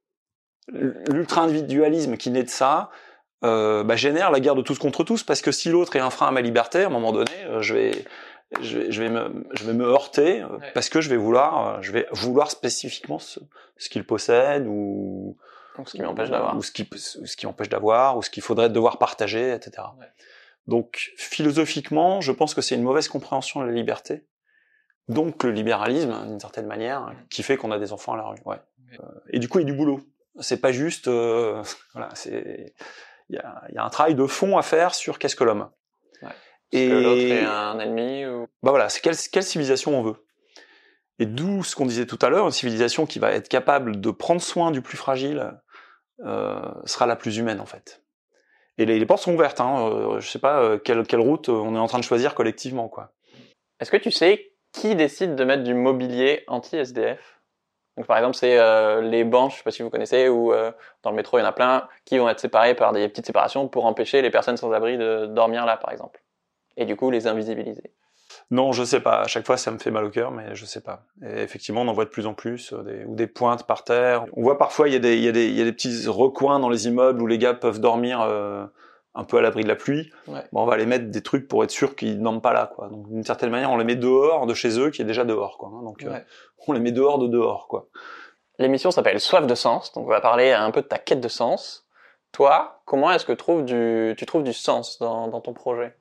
L'ultra-individualisme qui naît de ça euh, bah, génère la guerre de tous contre tous, parce que si l'autre est un frein à ma liberté, à un moment donné, euh, je vais... Je vais, je vais me, je vais me heurter euh, ouais. parce que je vais vouloir, euh, je vais vouloir spécifiquement ce, ce qu'il possède ou, ou ce qui m'empêche d'avoir, ou ce qui, ce qui m'empêche d'avoir, ou ce qu'il faudrait devoir partager, et cetera. Ouais. Donc, philosophiquement, je pense que c'est une mauvaise compréhension de la liberté. Donc, le libéralisme, d'une certaine manière, ouais. qui fait qu'on a des enfants à la rue. Ouais. Ouais. Euh, et du coup, il y a du boulot. C'est pas juste, euh, voilà, c'est, il y a, il y a un travail de fond à faire sur qu'est-ce que l'homme. Est-ce que l'autre est un ennemi ou... Bah voilà, c'est quelle, quelle civilisation on veut. Et d'où ce qu'on disait tout à l'heure, une civilisation qui va être capable de prendre soin du plus fragile euh, sera la plus humaine en fait. Et les, les portes sont ouvertes, hein, euh, je sais pas euh, quelle, quelle route on est en train de choisir collectivement, quoi. Est-ce que tu sais qui décide de mettre du mobilier anti-S D F? Donc par exemple, c'est euh, les bancs, je sais pas si vous connaissez, ou euh, dans le métro il y en a plein, qui vont être séparés par des petites séparations pour empêcher les personnes sans abri de dormir là, par exemple. Et du coup, les invisibiliser. Non, je sais pas. À chaque fois, ça me fait mal au cœur, mais je sais pas. Et effectivement, on en voit de plus en plus, euh, des, ou des pointes par terre. On voit parfois, il y a des, il y a des, il y a des petits recoins dans les immeubles où les gars peuvent dormir euh, un peu à l'abri de la pluie. Ouais. Bon, on va les mettre des trucs pour être sûr qu'ils dorment pas là, quoi. Donc, d'une certaine manière, on les met dehors de chez eux, qui est déjà dehors, quoi. Donc, ouais. euh, on les met dehors de dehors, quoi. L'émission s'appelle Soif de sens, donc on va parler un peu de ta quête de sens. Toi, comment est-ce que trouves du, tu trouves du sens dans, dans ton projet?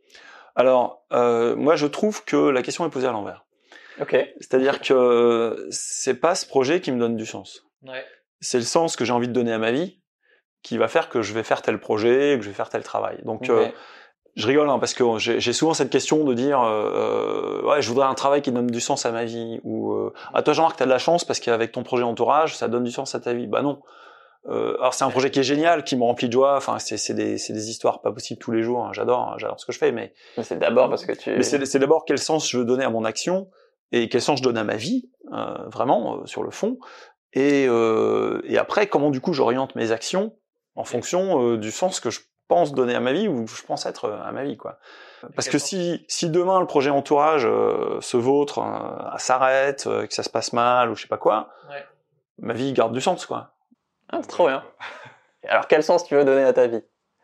Alors, euh, moi, je trouve que la question est posée à l'envers. Ok. C'est-à-dire que c'est pas ce projet qui me donne du sens. Ouais. C'est le sens que j'ai envie de donner à ma vie qui va faire que je vais faire tel projet, que je vais faire tel travail. Donc, okay. euh, je rigole hein, parce que j'ai, j'ai souvent cette question de dire euh, ouais, je voudrais un travail qui donne du sens à ma vie, ou euh, ah toi Jean-Marc, t'as de la chance parce qu'avec ton projet entourage, ça donne du sens à ta vie. Bah non. Euh, alors c'est un projet qui est génial, qui me remplit de joie. Enfin, c'est, c'est des, c'est des histoires pas possibles tous les jours. Hein. J'adore, hein, j'adore ce que je fais, mais. Mais c'est d'abord parce que tu. Mais c'est, c'est d'abord quel sens je veux donner à mon action et quel sens je donne à ma vie, euh, vraiment euh, sur le fond. Et, euh, et après, comment du coup j'oriente mes actions en fonction euh, du sens que je pense donner à ma vie ou je pense être à ma vie, quoi. Parce que si, si demain le projet entourage euh, se vautre, euh, s'arrête, euh, que ça se passe mal ou je sais pas quoi, ouais. ma vie garde du sens, quoi. Ah, c'est trop bien. Alors, quel sens tu veux donner à ta vie?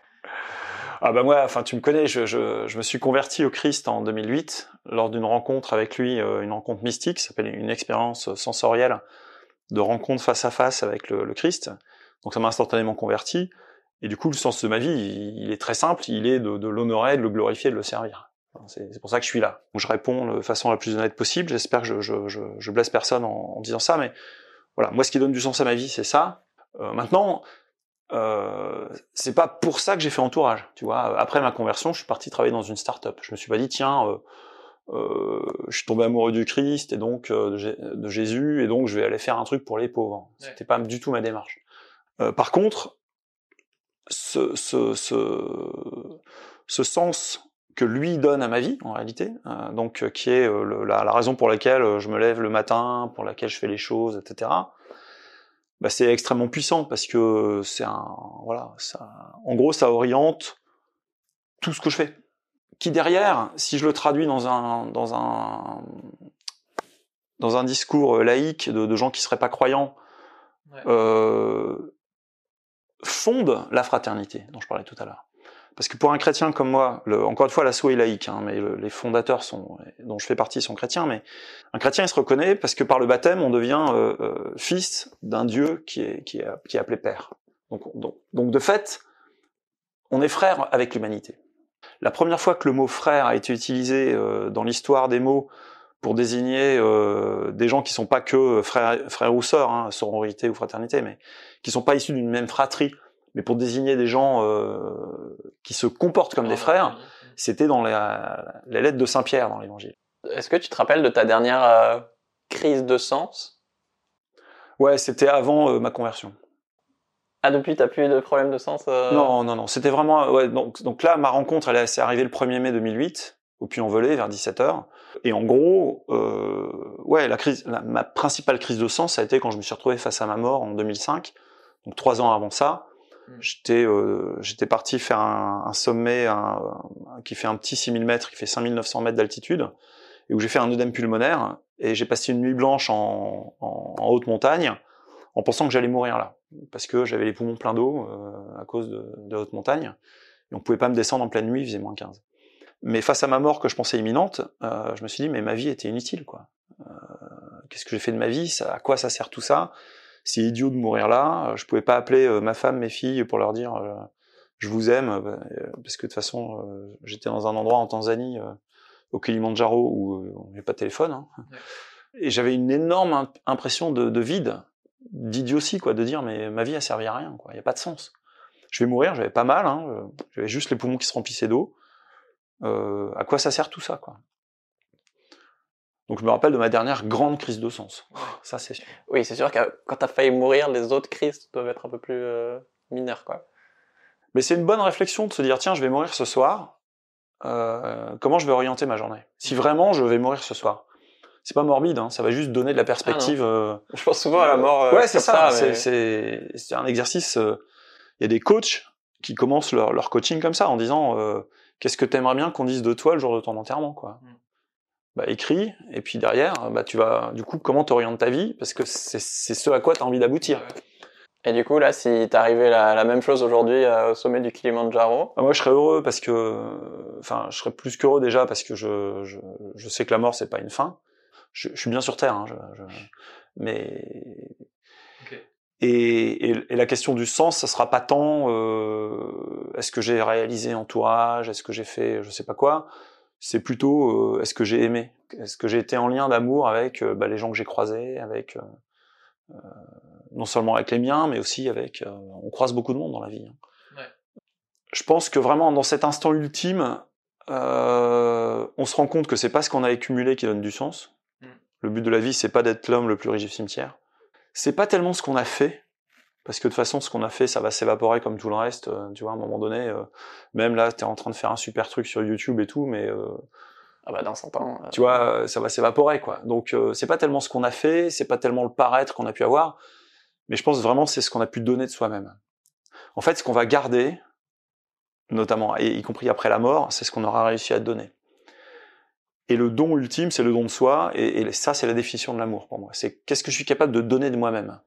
Ah bah moi, enfin tu me connais, je, je, je me suis converti au Christ en deux mille huit lors d'une rencontre avec lui, euh, une rencontre mystique, ça s'appelle une expérience sensorielle de rencontre face à face avec le, le Christ. Donc ça m'a instantanément converti. Et du coup, le sens de ma vie, il, il est très simple, il est de, de l'honorer, de le glorifier, de le servir. C'est, c'est pour ça que je suis là. Donc je réponds de façon la plus honnête possible. J'espère que je, je, je, je blesse personne en, en disant ça, mais voilà, moi ce qui donne du sens à ma vie, c'est ça. Euh, maintenant, euh, c'est pas pour ça que j'ai fait entourage. Tu vois, après ma conversion, je suis parti travailler dans une start-up. Je me suis pas dit tiens, euh, euh, je suis tombé amoureux du Christ et donc euh, de, de Jésus et donc je vais aller faire un truc pour les pauvres. Ouais. C'était pas du tout ma démarche. Euh, par contre, ce, ce, ce, ce sens que lui donne à ma vie, en réalité, euh, donc euh, qui est euh, le, la, la raison pour laquelle je me lève le matin, pour laquelle je fais les choses, et cetera. Bah, c'est extrêmement puissant parce que c'est un, voilà, ça, en gros, ça oriente tout ce que je fais. Qui derrière, si je le traduis dans un, dans un, dans un discours laïque de, de gens qui seraient pas croyants, ouais. euh, fonde la fraternité dont je parlais tout à l'heure. Parce que pour un chrétien comme moi, le, encore une fois, l'assaut est laïque, hein, mais le, les fondateurs sont, dont je fais partie sont chrétiens, mais un chrétien, il se reconnaît parce que par le baptême, on devient euh, euh, fils d'un Dieu qui est, qui est, qui est appelé Père. Donc, donc, donc de fait, on est frère avec l'humanité. La première fois que le mot frère a été utilisé euh, dans l'histoire des mots pour désigner euh, des gens qui sont pas que frères, frères ou sœurs, hein, sororité ou fraternité, mais qui sont pas issus d'une même fratrie, mais pour désigner des gens euh, qui se comportent comme des frères, c'était dans la, la lettre de Saint-Pierre dans l'Évangile. Est-ce que tu te rappelles de ta dernière euh, crise de sens? Ouais, c'était avant euh, ma conversion. Ah, depuis, t'as plus eu de problème de sens euh... Non, non, non. C'était vraiment... Ouais, donc, donc là, ma rencontre, elle s'est arrivée le premier mai deux mille huit, au Puy-en-Velay, vers dix-sept heures. Et en gros, euh, ouais, la crise, la, ma principale crise de sens, ça a été quand je me suis retrouvé face à ma mort en deux mille cinq. Donc trois ans avant ça, mmh. j'étais, euh, j'étais parti faire un, un sommet un, un, qui fait un petit six mille mètres, qui fait cinq mille neuf cents mètres d'altitude, et où j'ai fait un œdème pulmonaire. Et j'ai passé une nuit blanche en, en, en haute montagne, en pensant que j'allais mourir là, parce que j'avais les poumons pleins d'eau euh, à cause de, de haute montagne, et on pouvait pas me descendre en pleine nuit, il faisait moins quinze. Mais face à ma mort que je pensais imminente, euh, je me suis dit mais ma vie était inutile, quoi. Euh, qu'est-ce que j'ai fait de ma vie, ça, à quoi ça sert tout ça? C'est idiot de mourir là. Je pouvais pas appeler euh, ma femme, mes filles pour leur dire euh, je vous aime, euh, parce que de toute façon euh, j'étais dans un endroit en Tanzanie, euh, au Kilimandjaro, où euh, on n'avait pas de téléphone, hein. Ouais. Et j'avais une énorme imp- impression de, de vide, d'idiotie, quoi, de dire mais ma vie a servi à rien, quoi. Il y a pas de sens. Je vais mourir, j'avais pas mal, hein, j'avais juste les poumons qui se remplissaient d'eau. Euh, à quoi ça sert tout ça, quoi? Donc je me rappelle de ma dernière grande crise de sens. Ça, c'est sûr. Oui, c'est sûr que quand t'as failli mourir, les autres crises doivent être un peu plus euh, mineures, quoi. Mais c'est une bonne réflexion de se dire tiens, je vais mourir ce soir. Euh, comment je vais orienter ma journée? Si vraiment je vais mourir ce soir. C'est pas morbide, hein, ça va juste donner de la perspective. Ah euh... Je pense souvent à la mort. Euh, ouais, c'est ça. ça mais... c'est, c'est, c'est un exercice. Il euh, y a des coachs qui commencent leur, leur coaching comme ça en disant euh, qu'est-ce que t'aimerais bien qu'on dise de toi le jour de ton enterrement, quoi. Mm. Bah écris, et puis derrière, bah tu vas, du coup, comment t'orientes ta vie, parce que c'est, c'est ce à quoi t'as envie d'aboutir. Et du coup, là, si t'arrivais la, la même chose aujourd'hui euh, au sommet du Kilimandjaro, bah moi je serais heureux parce que, enfin, je serais plus qu'heureux déjà parce que je, je, je sais que la mort c'est pas une fin. Je, je suis bien sur Terre, hein, je, je, mais okay. et, et, et la question du sens, ça sera pas tant euh, est-ce que j'ai réalisé entourage, est-ce que j'ai fait, je sais pas quoi. C'est plutôt euh, est-ce que j'ai aimé, est-ce que j'ai été en lien d'amour avec euh, bah, les gens que j'ai croisés, avec euh, euh, non seulement avec les miens, mais aussi avec. Euh, on croise beaucoup de monde dans la vie. Hein. Ouais. Je pense que vraiment dans cet instant ultime, euh, on se rend compte que c'est pas ce qu'on a accumulé qui donne du sens. Mm. Le but de la vie, c'est pas d'être l'homme le plus riche du cimetière. C'est pas tellement ce qu'on a fait. Parce que de toute façon, ce qu'on a fait, ça va s'évaporer comme tout le reste. Euh, tu vois, à un moment donné, euh, même là, t'es en train de faire un super truc sur YouTube et tout, mais euh, ah bah dans cent ans, euh... tu vois, ça va s'évaporer, quoi. Donc, euh, c'est pas tellement ce qu'on a fait, c'est pas tellement le paraître qu'on a pu avoir, mais je pense vraiment c'est ce qu'on a pu donner de soi-même. En fait, ce qu'on va garder, notamment, et y compris après la mort, c'est ce qu'on aura réussi à donner. Et le don ultime, c'est le don de soi, et, et ça, c'est la définition de l'amour pour moi. C'est qu'est-ce que je suis capable de donner de moi-même.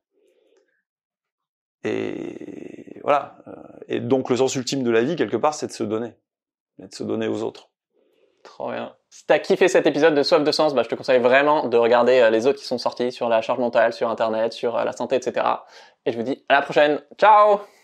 Et voilà. Et donc le sens ultime de la vie, quelque part, c'est de se donner. Et de se donner aux autres. Trop bien. Si t'as kiffé cet épisode de Soif de Sens, bah, je te conseille vraiment de regarder les autres qui sont sortis sur la charge mentale, sur Internet, sur la santé, et cetera. Et je vous dis à la prochaine. Ciao!